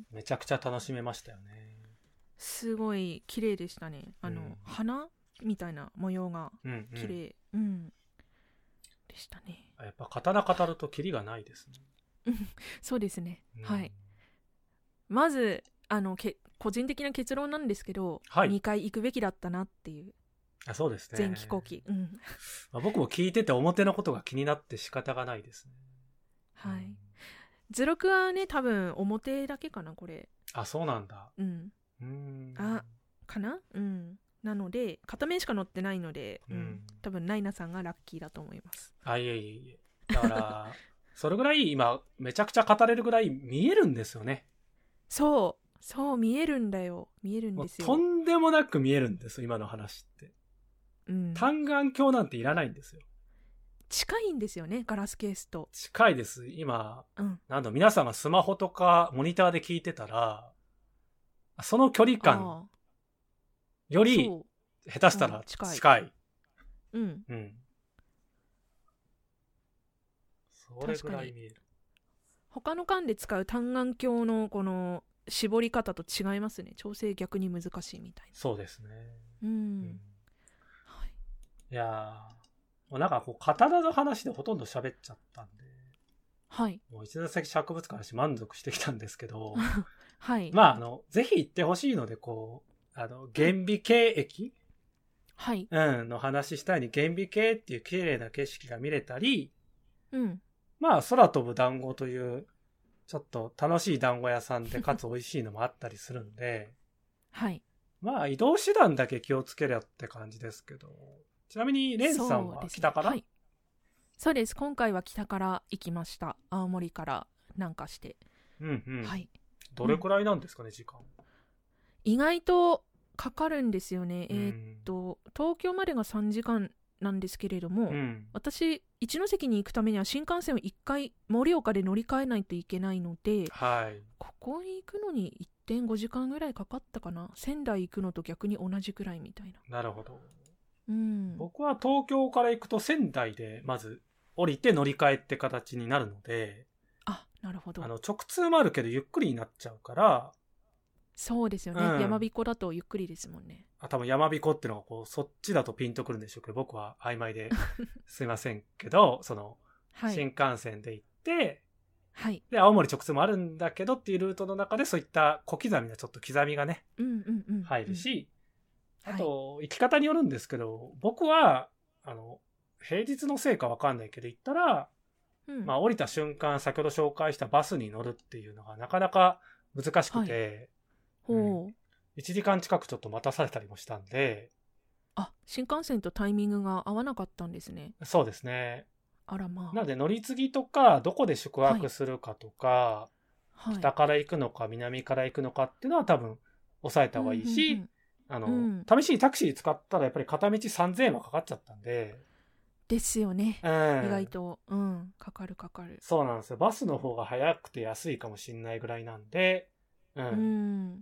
めちゃくちゃ楽しめましたよね。 すごい綺麗でしたね。あの、うん、花みたいな模様が綺麗、うん、うん、でしたね。 やっぱ刀語るとキリがないですね。 そうですね、 うん、 はい。まずあのけ個人的な結論なんですけど、はい、にかい行くべきだったなっていう。 あ、そうですね。 前期後期、うんまあ、僕も聞いてて表のことが気になって仕方がないですね。 はい、うん、図録はね多分表だけかなこれ。 あ、そうなんだ。 うんうーんあかな、うん、なので片面しか載ってないので、うんうん、多分ナイナさんがラッキーだと思います。 あ、いえいえいえ。だからそれぐらい今めちゃくちゃ語れるぐらい見えるんですよね。 そうそう見えるんだよ見えるんですよ。 とんでもなく見えるんです今の話って、うん、単眼鏡なんていらないんですよ。 近いんですよねガラスケースと。 近いです今、 うん、 なんだ皆さんがスマホとかモニターで聞いてたらその距離感より下手したら近い、うん、近い、 うんうん、それぐらい見える。 他の缶で使う単眼鏡のこの絞り方と違いますね。調整逆に難しいみたいな。 そうですね。 うん、うん、 はい、いやもうなんかこう刀の話でほとんど喋っちゃったんで、 はい、 もう一座席博物館し満足してきたんですけどはい、 まああのぜひ行ってほしいのでこうあの厳美渓駅、 はいうん、の話したいに厳美渓っていう綺麗な景色が見れたり、 うん、 まあ空飛ぶ団子というちょっと楽しい団子屋さんでかつ美味しいのもあったりするんではいまあ移動手段だけ気をつけりゃって感じですけど。ちなみにレンさんは北から？ そうですね、はい、そうです。今回は北から行きました。青森から南下して、 うんうん、 はい、 どれくらいなんですかね、うん、時間。 意外とかかるんですよね、うん、えー、っと東京までがさんじかんなんですけれども、うん、私一ノ関に行くためには新幹線をいっかい盛岡で乗り換えないといけないので、 はい、 ここに行くのに いってんごじかんぐらいかかったかな。仙台行くのと逆に同じくらいみたいな。 なるほど、 うん、 僕は東京から行くと仙台でまず降りて乗り換えって形になるので、 あ、なるほど。 あの直通もあるけどゆっくりになっちゃうから。 そうですよね、うん、山彦だとゆっくりですもんね。 あ、多分山彦っていうのがこうそっちだとピンとくるんでしょうけど僕は曖昧ですいませんけどその、はい、新幹線で行って、 はい、 で青森直通もあるんだけどっていうルートの中でそういった小刻みなちょっと刻みがね、 うんうんうん、 入るし、あと、はい、行き方によるんですけど僕はあの平日のせいか分かんないけど行ったら、うんまあ、降りた瞬間先ほど紹介したバスに乗るっていうのがなかなか難しくて、はいうん、いちじかん近くちょっと待たされたりもしたんで。 あ、新幹線とタイミングが合わなかったんですね。 そうですね。 あらまあ。 なので乗り継ぎとかどこで宿泊するかとか、はい、北から行くのか南から行くのかっていうのは多分抑えた方がいいし、うんうんうん、あの、うん、試しにタクシー使ったらやっぱり片道さんぜんえんはかかっちゃったんで。 ですよね、 うん、 意外と、うん、かかるかかる。 そうなんですよ。バスの方が早くて安いかもしれないぐらいなんで、うん、うん、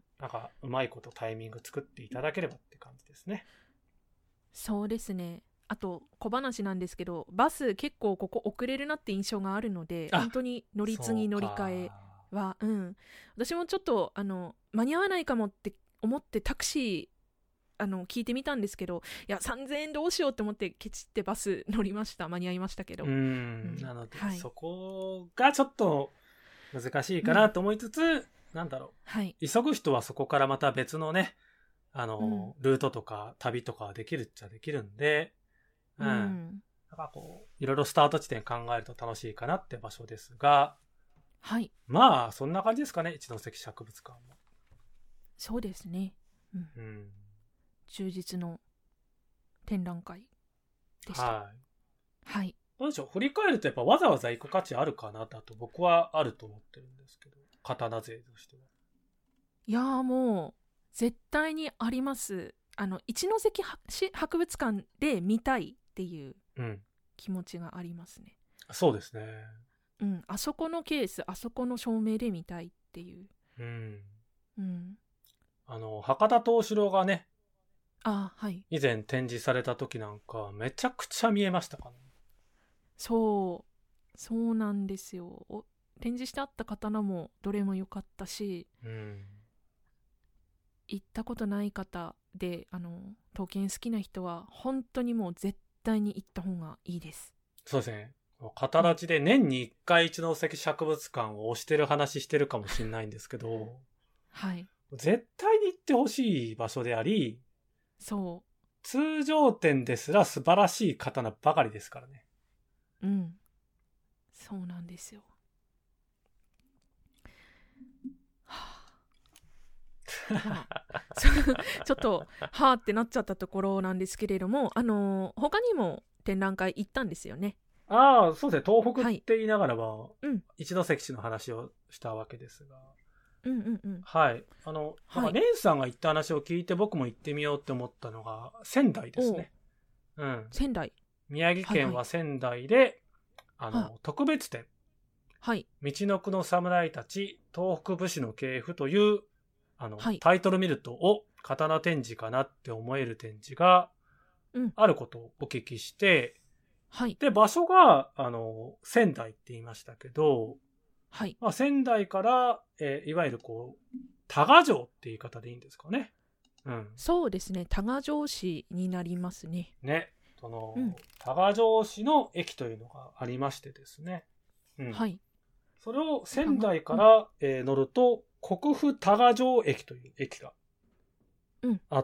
なんかうまいことタイミング作っていただければって感じですね。 そうですね。あと小話なんですけどバス結構ここ遅れるなって印象があるので本当に乗り継ぎ乗り換えはう、うん、私もちょっとあの間に合わないかもって思ってタクシーあの聞いてみたんですけどいやさんぜんえんどうしようって思ってケチってバス乗りました。間に合いましたけど。 うん、うん、なので、はい、そこがちょっと難しいかなと思いつつ、うん、なんだろう、はい、急ぐ人はそこからまた別のねあの、うん、ルートとか旅とかできるっちゃできるんで、うん、うん、なんかこういろいろスタート地点考えると楽しいかなって場所ですが、 はい、 まあそんな感じですかね。一ノ関博物館も。 そうですね、うんうん、充実の展覧会でした。 はい、 はい、 どうでしょう、振り返るとやっぱわざわざ行く価値あるかなだと僕はあると思ってるんですけど、刀勢としては。 いやーもう絶対にあります。あの一関博物館で見たいっていう気持ちがありますね、 うん、そうですね、 うん、あそこのケース、あそこの照明で見たいっていう、 うんうん、 あの博多東四郎がね、 あ、はい、 以前展示された時なんかめちゃくちゃ見えましたからね。 そうそうなんですよ。展示してあった刀もどれも良かったし、うん、行ったことない方であの刀剣好きな人は本当にもう絶対に行った方がいいです。 そうですね、片立ちで年にいっかい一関博物館を推してる話してるかもしれないんですけどはい、 絶対に行ってほしい場所であり、 そう通常店ですら素晴らしい刀ばかりですからね。 うん、そうなんですよ。まあ、ちょっとはーってなっちゃったところなんですけれども、あのー、他にも展覧会行ったんですよね。 ああ、そうですね、東北って言いながらは、はい、 うん、 一関市の話をしたわけですが、 うんうんうん、 はいあの、はい、なんかレンさんが言った話を聞いて僕も行ってみようって思ったのが仙台ですね。うん、仙台、 宮城県は仙台で、はいはい、あの、はあ、特別展、 はい、 みちのくの侍たち東北武士の系譜というあの、はい、タイトル見るとお刀展示かなって思える展示があることをお聞きして、うん、はい、で場所があの仙台って言いましたけど、はい、まあ、仙台から、えー、いわゆるこう多賀城って言い方でいいんですかね。うん、そうですね、多賀城市になりますね。ね、その、うん、多賀城市の駅というのがありましてですね、うん、はい、それを仙台から、うん、えー、乗ると国府多賀城駅という駅があって、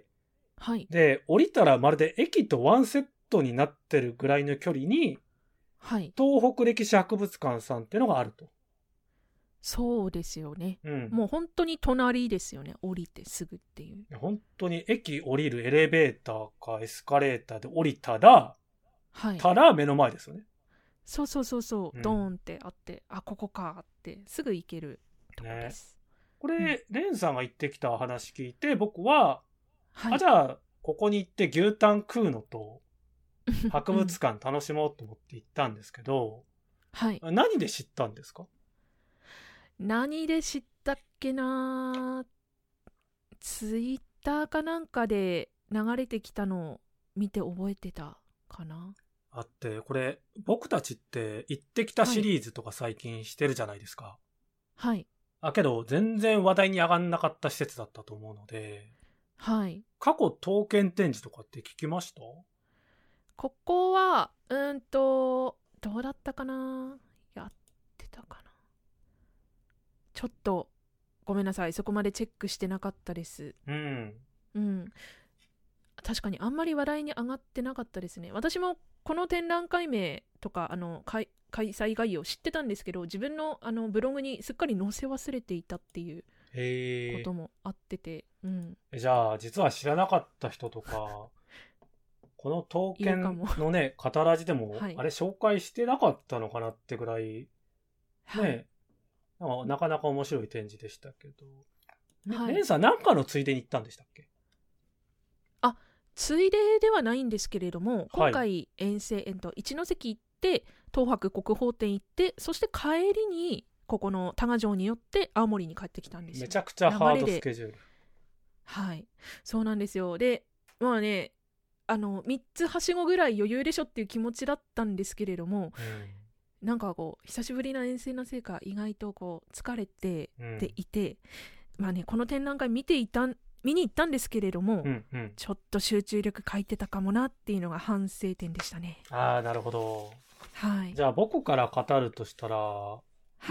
うん、はい、で降りたらまるで駅とワンセットになってるぐらいの距離に、はい、東北歴史博物館さんっていうのがあると。そうですよね、うん、もう本当に隣ですよね、降りてすぐっていう。本当に駅降りるエレベーターかエスカレーターで降りたら、はい、たら目の前ですよね。そうそうそうそう、うん、ドーンってあって、あ、ここかってすぐ行けるとこです、ね、これ、うん、レンさんが行ってきた話聞いて僕は、はい、あ、じゃあここに行って牛タン食うのと博物館楽しもうと思って行ったんですけど、はい、何で知ったんですか？何で知ったっけな、ツイッターかなんかで流れてきたのを見て覚えてたかな。あって、これ僕たちって行ってきたシリーズとか最近してるじゃないですか。はい。あ、けど全然話題に上がんなかった施設だったと思うので、はい。過去刀剣展示とかって聞きました？ここはうーんとどうだったかな、やってたかな、ちょっとごめんなさい、そこまでチェックしてなかったです。うん、うん、確かにあんまり話題に上がってなかったですね。私もこの展覧会名とかあの開催概要知ってたんですけど、自分のあのブログにすっかり載せ忘れていたっていうこともあってて、うん、じゃあ実は知らなかった人とかこの刀剣のねカタラジでも、はい、あれ紹介してなかったのかなってぐらいね、はい、なかなか面白い展示でしたけど、はい、レンさんなんかのついでに行ったんでしたっけ？あ、ついでではないんですけれども、今回遠征、えっと、一関行って東博国宝展行って、そして帰りにここの多賀城によって青森に帰ってきたんですよ。めちゃくちゃハードスケジュール。はい、そうなんですよ。でまあね、あのみっつはしごぐらい余裕でしょっていう気持ちだったんですけれども、うん、なんかこう久しぶりな遠征のせいか意外とこう疲れてていて、うん、まあねこの展覧会見ていた見に行ったんですけれども、うんうん、ちょっと集中力欠いてたかもなっていうのが反省点でしたね。ああ、なるほど。はい。じゃあ僕から語るとしたら、はい、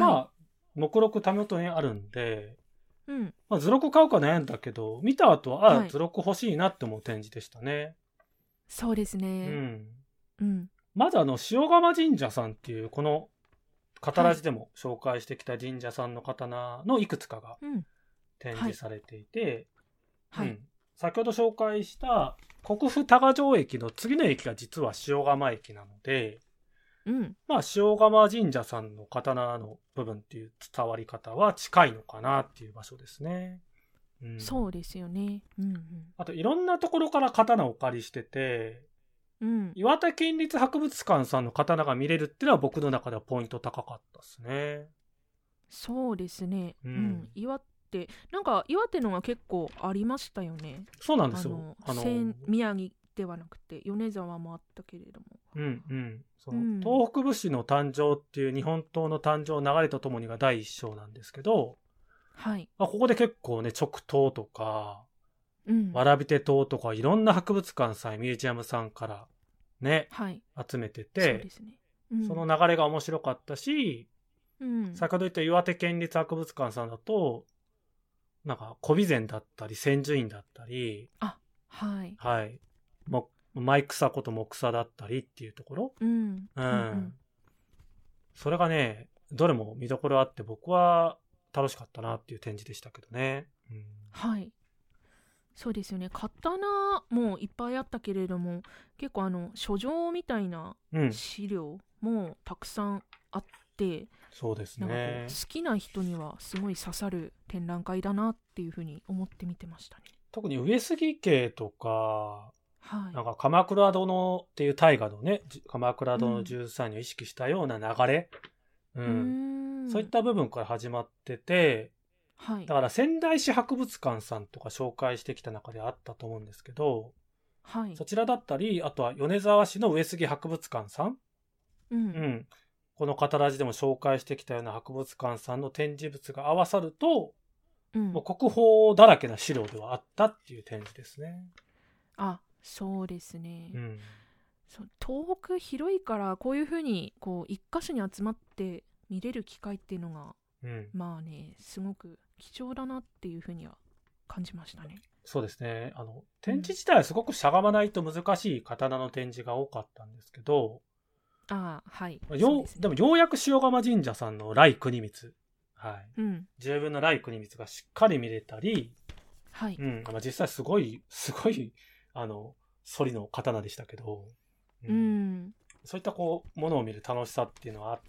まあ目録手元にあるんで、うんまあ、図録買うか悩んだけど見た後は、はい、図録欲しいなって思う展示でしたね。そうですね。うんうん、まずあの塩釜神社さんっていうこのカタラジでも紹介してきた神社さんの刀のいくつかが展示されていて、はいうん、先ほど紹介した国府多賀城駅の次の駅が実は塩釜駅なので、 うん。 まあ、塩釜神社さんの刀の部分っていう伝わり方は近いのかなっていう場所ですね。うん、 そうですよね。うんうん。 あと、いろんなところから刀をお借りしてて、 うん、 岩手県立博物館さんの刀が見れるっていうのは僕の中ではポイント高かったですね。 そうですね。 ううんん。岩手、なんか岩手のが結構ありましたよね。 そうなんですよ。 あの、 あの千宮城ではなくて米沢もあったけれども。 うんうんその、 うん、 東北武士の誕生っていう日本刀の誕生流れとともにが第一章なんですけど、 はい。 まあ、ここで結構ね、直刀とか、 うん。 わらび手刀とかいろんな博物館さん、ミュージアムさんからね、 はい。 集めてそうてで、すね。うん、 その流れが面白かったし、 うん、 先ほど言った岩手県立博物館さんだと、なんか古備前だったり、千住院だったり、 あ、はい。 はい、も舞草こと木草だったりっていうところ、 うん。 うん、 うんうんそれがね、どれも見どころあって僕は楽しかったなっていう展示でしたけどね。うん、 はい。そうですよね。刀もいっぱいあったけれども、結構あの書状みたいなうん、 資料もたくさんあって、 そうですなんかこうね。 好きな人にはすごい刺さる展覧会だなっていうふうに思って見てましたね。 特に上杉家とか、 はい。 なんか鎌倉殿っていう大河のね、じ鎌倉殿うんじゅうさんにんを意識したような流れ、ううーん、 ん。 そういった部分から始まってて、 はいだから仙台市博物館さんとか紹介してきた中であったと思うんですけど、 はい。 そちらだったり、あとは米沢市の上杉博物館さん、 う。 うんん、このカタラジでも紹介してきたような博物館さんの展示物が合わさると、 うんもう国宝だらけな資料ではあったっていう展示ですね。 あ、そうですね。 うんそう東北広いからこういうふうにこう一箇所に集まって見れる機会っていうのがうんまあねすごく貴重だなっていうふうには感じましたね。 そうですね。あの、展示自体はすごくしゃがまないと難しい刀の展示が多かったんですけど、 ああはいよそうですね。 でもようやく塩釜神社さんの来国光、はい。 うん十分な来国光がしっかり見れたり、 はい、 うん、まあ、実際すごい、すごい、あの、反りの刀でしたけど、 うん、 そういったこう、ものを見る楽しさっていうのがあって、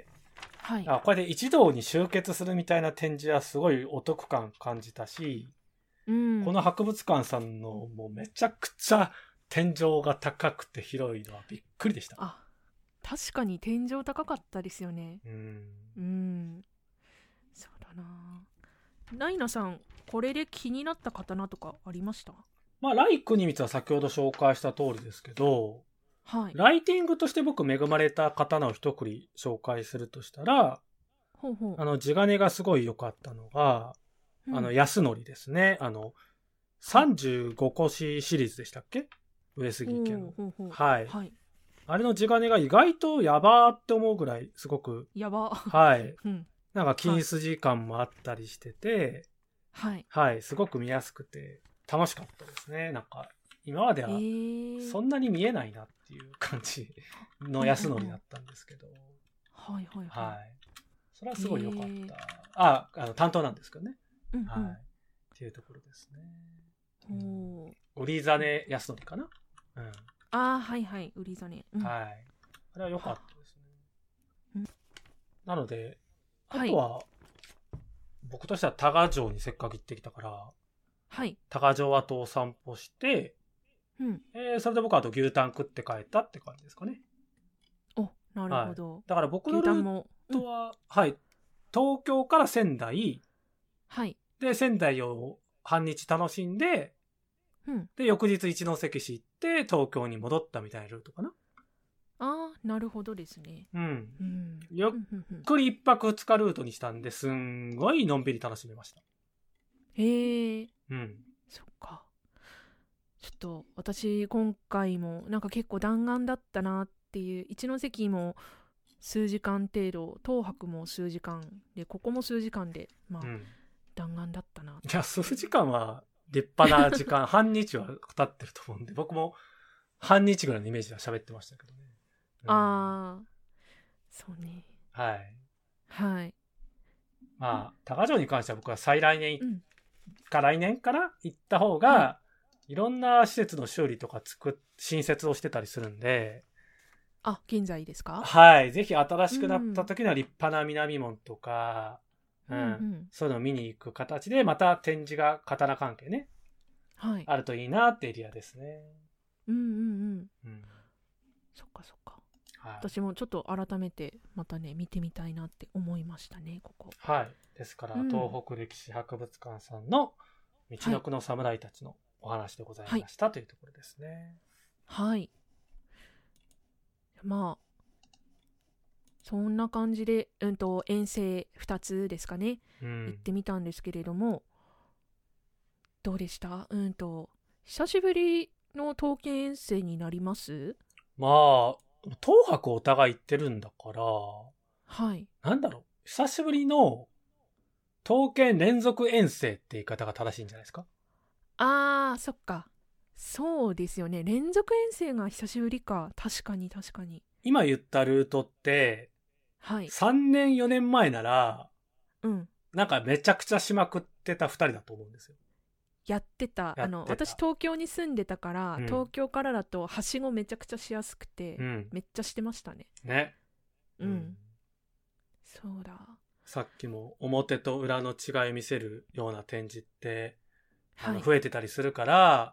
はいあこれで一堂に集結するみたいな展示はすごいお得感感じたし、 うんこの博物館さんのもうめちゃくちゃ天井が高くて広いのはびっくりでした。 あ確かに天井高かったですよね。 うんうんそうだな。ナイナさんこれで気になった刀とかありました？ まあ、来国光は先ほど紹介した通りですけど、 はいライティングとして僕恵まれた刀を一繰り紹介するとしたら、 ほうほうあの、地金がすごい良かったのが、 うんあの、安則ですね。あの、さんじゅうごこしシリーズでしたっけ？上杉家の。 ほうほうほうはい。 はいあれの地金が意外とやばーって思うぐらい、すごく、 やばはい。 うんなんか金筋感もあったりしてて、 はいはい。すごく見やすくて楽しかったですね。なんか、今までえはー、 そんなに見えないなっていう感じの安則だったんですけど、 はいはいは。 はいそれはすごい良かった。 へーあ、あの、担当なんですけどね。 い、うんはい。っていうところですね。 うん、おー折り金安則かな。うん。 あーはいはい売り金、うん、 はい。あれは良かったですうんね。なので、あはいとは、僕としては多賀城にせっかく行ってきたから、 はい多賀城跡を散歩して、 うんえーそれで僕はあと牛タン食って帰ったって感じですかね。 おなるほど、 だから僕のルー牛タンも、うんトは、はい。東京から仙台、 はいで、仙台を半日楽しんで、 うんで、翌日一関市行って東京に戻ったみたいなルートかな。 あーなるほどですね。 うん。 うんようんうんうんゆっくり一泊二日ルートにしたんで、すんごいのんびり楽しめました。 へえうん。 そっか。ちょっと私今回もなんか結構弾丸だったなっていう、一関も数時間程度、東博も数時間で、ここも数時間で、まあ、 うん。 弾丸だったな。 いや、数時間は立派な時間、半日は経ってると思うんで、僕も半日ぐらいのイメージで喋ってましたけどね。うん、 ああ、そうね。 はい。 はい。 まあ、多賀城に関しては僕は再来年うん。 か来年から行った方が、 はいいろんな施設の修理とか作っ新設をしてたりするんで、 あ、現在ですか？ はい。ぜひ新しくなった時には立派な南門とか、うん。 うんうん、 そういうのを見に行く形で、また展示が刀関係ね、 はい。 あるといいなってエリアですね。 うんうんうん。 うん。 そっかそっか。 はい。 私もちょっと改めてまたね見てみたいなって思いましたね、ここ。 はい。ですから、 うん、 東北歴史博物館さんの道はいのくの侍たちのお話でございはいましたというところですね。 はい。まあそんな感じで、うんと遠征ふたつですかね、 うん。 行ってみたんですけれども、どうでした？うんと久しぶりの刀剣遠征になります？ まあ、東博お互い行ってるんだから、 はい。 なんだろう、久しぶりの刀剣連続遠征って言い方が正しいんじゃないですか？ あー、そっか。そうですよね。連続遠征が久しぶりか。確かに確かに。 今言ったルートって、 はい。 さんねんよねんまえなら、 うん。 なんかめちゃくちゃしまくってたふたりだと思うんですよ。 やってた。あの、 やってた。 私東京に住んでたから、 うん、 東京からだとはしごめちゃくちゃしやすくて、 うん。 めっちゃしてましたね。 ね。 うん。うん、そうだ。 さっきも表と裏の違い見せるような展示って、あのはい。 増えてたりするから、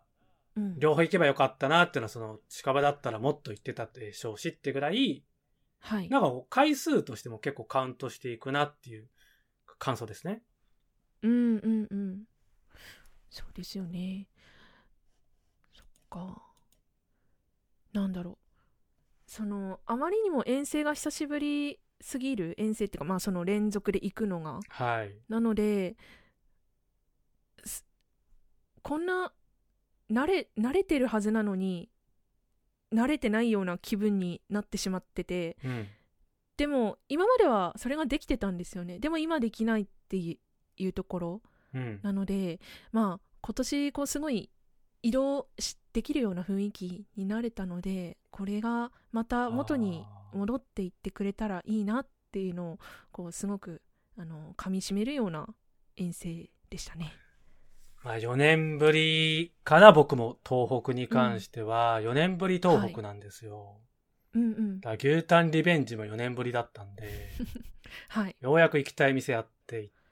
うん、 両方行けばよかったなっていうのは、その近場だったらもっと行ってたでしょうしってぐらい、 はい。 なんか回数としても結構カウントしていくなっていう感想ですね。 うんうんうん。そうですよね。そっか。なんだろう。その、あまりにも遠征が久しぶりすぎる、遠征っていうか、まあその連続で行くのが。 はい。 なので、こんな、慣れ、慣れてるはずなのに、慣れてないような気分になってしまってて、 うん。 でも今まではそれができてたんですよね。でも今できないっていうところうん。 なので、まあ今年こうすごい移動できるような雰囲気になれたので、これがまた元に戻っていってくれたらいいなっていうのをこうすごくあの噛み締めるような遠征でしたね。 まあよねんぶりかな、僕も東北に関しては、よねんぶり東北なんですよ。はい、 うんうん。 だ牛タンリベンジもよねんぶりだったんで、 はい。 ようやく行きたい店やって行って、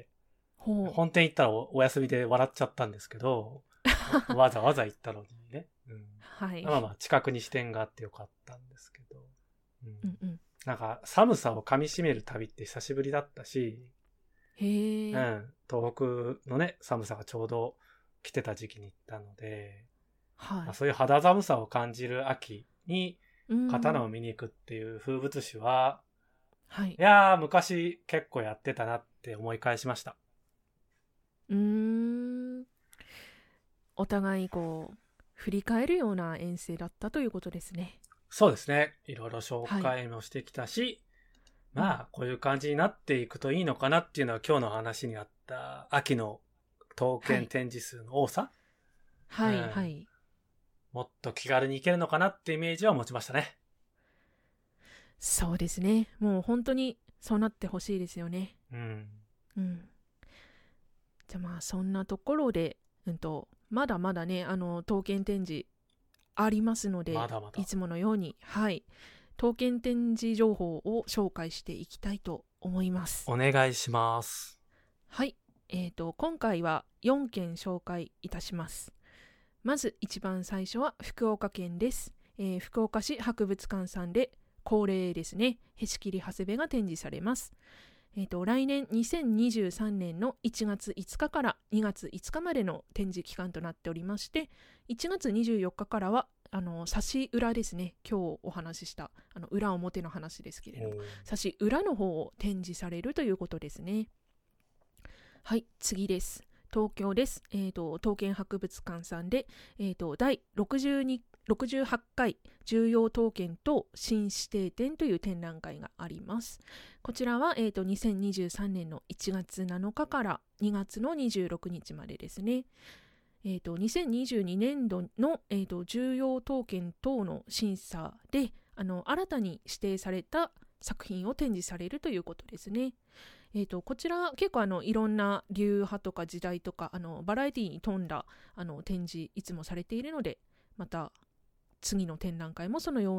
ほう。 本店行ったら お, お休みで笑っちゃったんですけど、わざわざ行ったのにね。うん、 はい。 まあまあ近くに支店があってよかったんですけど、うんうんうん、 なんか寒さをかみしめる旅って久しぶりだったし、 へえ、 うん、東北のね寒さがちょうど来てた時期に行ったので、 はい、 まあ、そういう肌寒さを感じる秋に刀を見見に行くっていう風物詩は、 はい、 いやー昔結構やってたなって思い返しました。 うーん、お互いこう振り返るような遠征だったということですね。 そうですね。いろいろ紹介もしてきたし、はい、まあこういう感じになっていくといいのかなっていうのは今日の話にあった秋の刀剣展示数の多さ、 はい、 うん、 はい、 もっと気軽に行けるのかなってイメージは持ちましたね。 そうですね。もう本当にそうなってほしいですよね。 うん。 うん。じゃあまあそんなところで、うんとまだまだねあの刀剣展示ありますので、 まだまだいつものようにはい刀剣展示情報を紹介していきたいと思います。 お願いします。 はい。えーと今回はよんけん紹介いたします。まず一番最初は福岡県です。えー、福岡市博物館さんで恒例ですね、へし切り長谷部が展示されます。えーと、来年にせんにじゅうさんねんのいちがついつかからにがついつかまでの展示期間となっておりまして、いちがつにじゅうよっかからはあの差し裏ですね、今日お話ししたあの裏表の話ですけれども、差し裏の方を展示されるということですね。はい、次です。東京です。えーと、刀剣博物館さんで、えーと、第ろくじゅうに、ろくじゅうはちかい重要刀剣等新指定展という展覧会があります。こちらは、えーと、にせんにじゅうさんねんのいちがつなのかからにがつのにじゅうろくにちまでですね。えーと、にせんにじゅうにねんどの、えーと、重要刀剣等の審査であの新たに指定された作品を展示されるということですね。えーと、こちら結構あのいろんな流派とか時代とかあのバラエティに富んだあの展示いつもされているので、また次の展覧会もそのような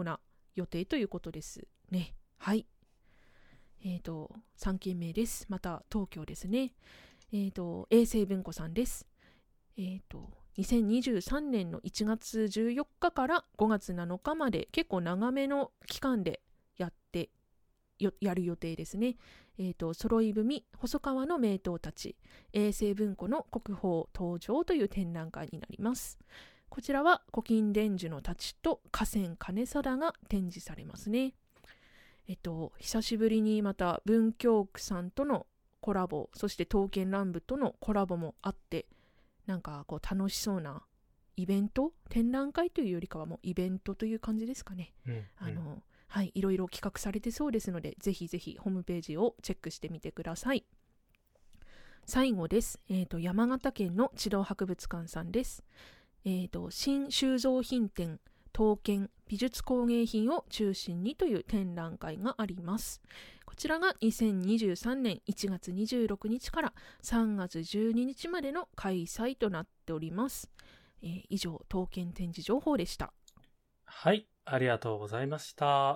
予定ということですね。はい。えっと、さんけんめです。また東京ですね。えっと、永世文庫さんです。えっと、にせんにじゅうさんねんのいちがつじゅうよっかからごがつなのかまで結構長めの期間でやってよやる予定ですね。えっと、揃い踏細川の名刀たち、永世文庫の国宝登場という展覧会になります。こちらは古今伝授の太刀と河川兼定が展示されますね。えっと、久しぶりにまた文京区さんとのコラボ、そして刀剣乱舞とのコラボもあって、なんかこう楽しそうなイベント、展覧会というよりかはもうイベントという感じですかね。 うんうん、 あのはい、いろいろ企画されてそうですので、ぜひぜひホームページをチェックしてみてください。最後です。えーと、山形県の児童博物館さんです。えーと、新収蔵品展、刀剣、美術工芸品を中心にという展覧会があります。こちらがにせんにじゅうさんねんいちがつにじゅうろくにちからさんがつじゅうににちまでの開催となっております。えー、以上、刀剣展示情報でした。 はい、ありがとうございました。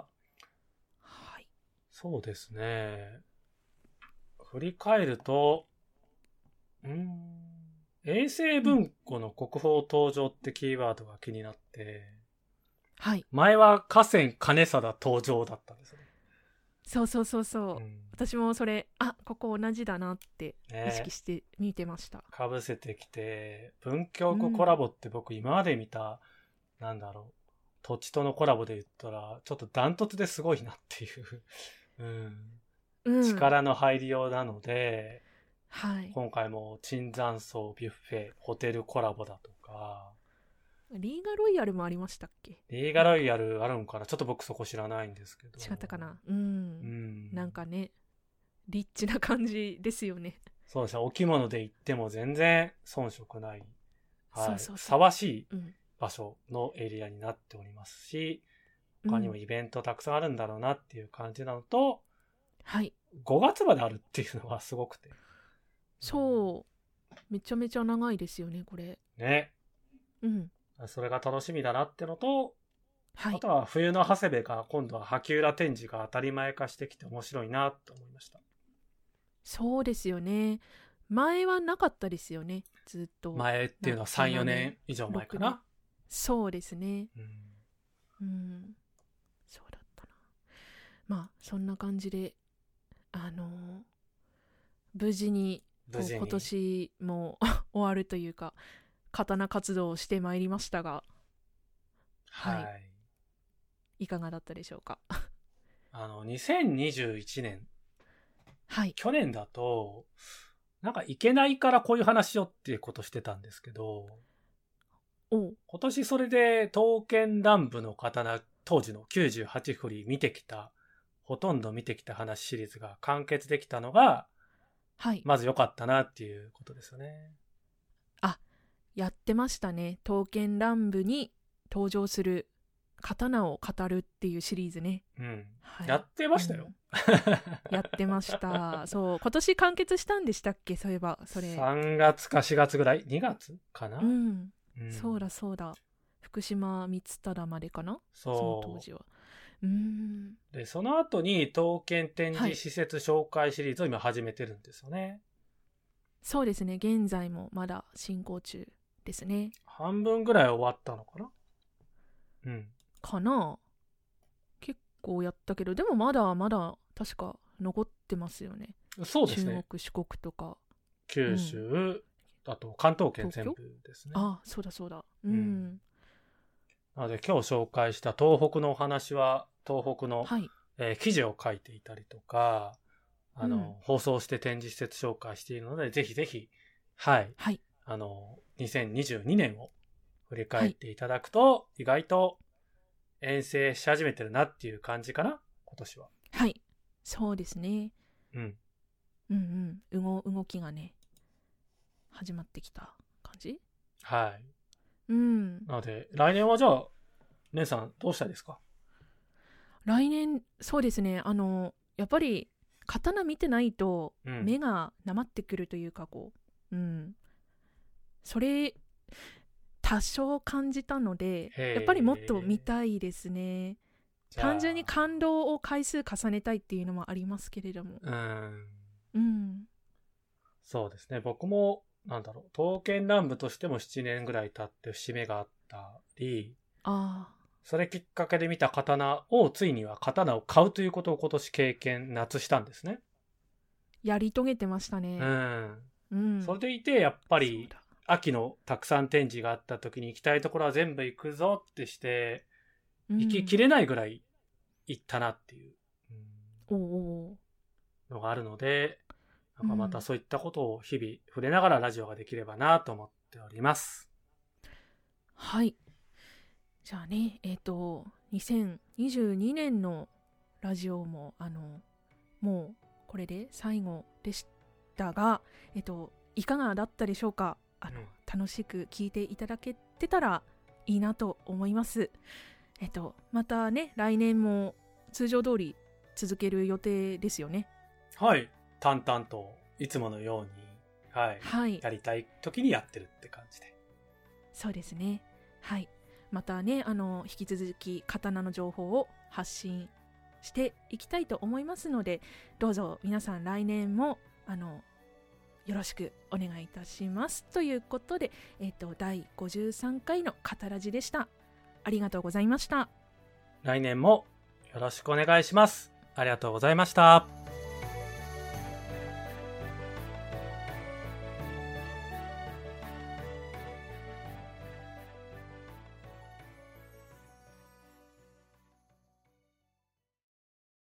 はい。 そうですね。振り返ると、うーん、永世文庫の国宝登場ってキーワードが気になって、 はい。 前は河川兼定登場だったんですね。 そうそうそうそう、 うん、 私もそれ、あ、ここ同じだなって意識して見てました。 かぶせてきて、文京区コラボって僕今まで見た、うん、なんだろう、土地とのコラボで言ったら、ちょっとダントツですごいなっていう、うんうん、力の入りようなので、 はい、 今回も椿山荘ビュッフェホテルコラボだとか、 リーガロイヤルもありましたっけ？ リーガロイヤルあるんかな、ちょっと僕そこ知らないんですけど。 違ったかな。うん、うん、なんかね、リッチな感じですよね。 そうですね、お着物で行っても全然遜色ない、はい、 そうそうそう、 ふさわしい場所のエリアになっておりますし、うん、他にもイベントたくさんあるんだろうなっていう感じなのと、 はい、 ごがつまであるっていうのがすごくて、 そう、めちゃめちゃ長いですよね、これね。 うん、 それが楽しみだなってのと、 はい、 あとは冬の長谷部が今度は波及羅展示が当たり前化してきて面白いなと思いました。 そうですよね。前はなかったですよね、ずっと。 前っていうのはさん、よねん以上前かな。 そうですね。 うん、 うん、そうだったな。まあそんな感じで、あのー、無事に無事に今年も終わるというか、刀活動をしてまいりましたが、 はい、はい、 いかがだったでしょうか。 あのにせんにじゅういちねん、 はい、 去年だとなんかいけないからこういう話をっていうことしてたんですけど、 お今年それで刀剣乱舞の刀当時のきゅうじゅうはちふり見てきた、ほとんど見てきた話シリーズが完結できたのが、 はい、 まず良かったなっていうことですよね。 あ、やってましたね。刀剣乱舞に登場する刀を語るっていうシリーズね。 うん、 はい、 やってましたよ。 うん、やってました。そう、今年完結したんでしたっけ？そういえばそれ。 さんがつかしがつぐらい、にがつかな。 うん、 うん、 そうだそうだ。福島光忠までかな。 そう。 その当時は。うーん。 で、その後に刀剣展示施設紹介シリーズを今始めてるんですよね。はい、 そうですね。現在もまだ進行中ですね。 半分ぐらい終わったのかな。うん。 かな。結構やったけど、でもまだまだ確か残ってますよね。 そうですね。 中国、四国とか。 九州、うん、あと関東圏全部ですね。 あ、そうだそうだ。うん。うん、 なので今日紹介した東北のお話は、東北の、はい、えー、記事を書いていたりとか、あの、うん、放送して展示施設紹介しているので、ぜひぜひ、はい。 はい、 あの、にせんにじゅうにねんを振り返っていただくと、はい、意外と遠征し始めてるなっていう感じかな、今年は。 はい。そうですね。 うん。 うんうん。動、動きがね、始まってきた感じ？ はい。 うん。 なので、来年はじゃあ、姉さんどうしたいですか？ 来年、そうですね。あの、やっぱり、刀見てないと、目がなまってくるというか、こう、うん。それ、多少感じたので、やっぱりもっと見たいですね。 単純に感動を回数重ねたいっていうのもありますけれども。 うん。 うん。 そうですね。僕も、なんだろう、刀剣乱舞としてもななねんぐらい経って節目があったり、 ああ。 それきっかけで見た刀を、ついには刀を買うということを今年経験、夏したんですね。 やり遂げてましたね。 うん。 うん。 それでいて、やっぱり、秋のたくさん展示があった時に行きたいところは全部行くぞってして、 うん、 行ききれないぐらい行ったなっていう、 うん、おのがあるので、なんかまたそういったことを日々触れながらラジオができればなと思っております。 はい。じゃあね、えっと、にせんにじゅうにねんのラジオも、あの、もうこれで最後でしたが、えっと、いかがだったでしょうか。あの、うん、楽しく聞いていただけてたらいいなと思います。えっと、またね、来年も通常通り続ける予定ですよね。 はい。淡々といつものように、はい、 はい、 やりたい時にやってるって感じで。 そうですね。はい。またね、あの引き続き刀の情報を発信していきたいと思いますので、どうぞ皆さん来年もあのよろしくお願いいたしますということで、えっとだいごじゅうさんかいのカタラジでした。ありがとうございました。 来年もよろしくお願いします。ありがとうございました。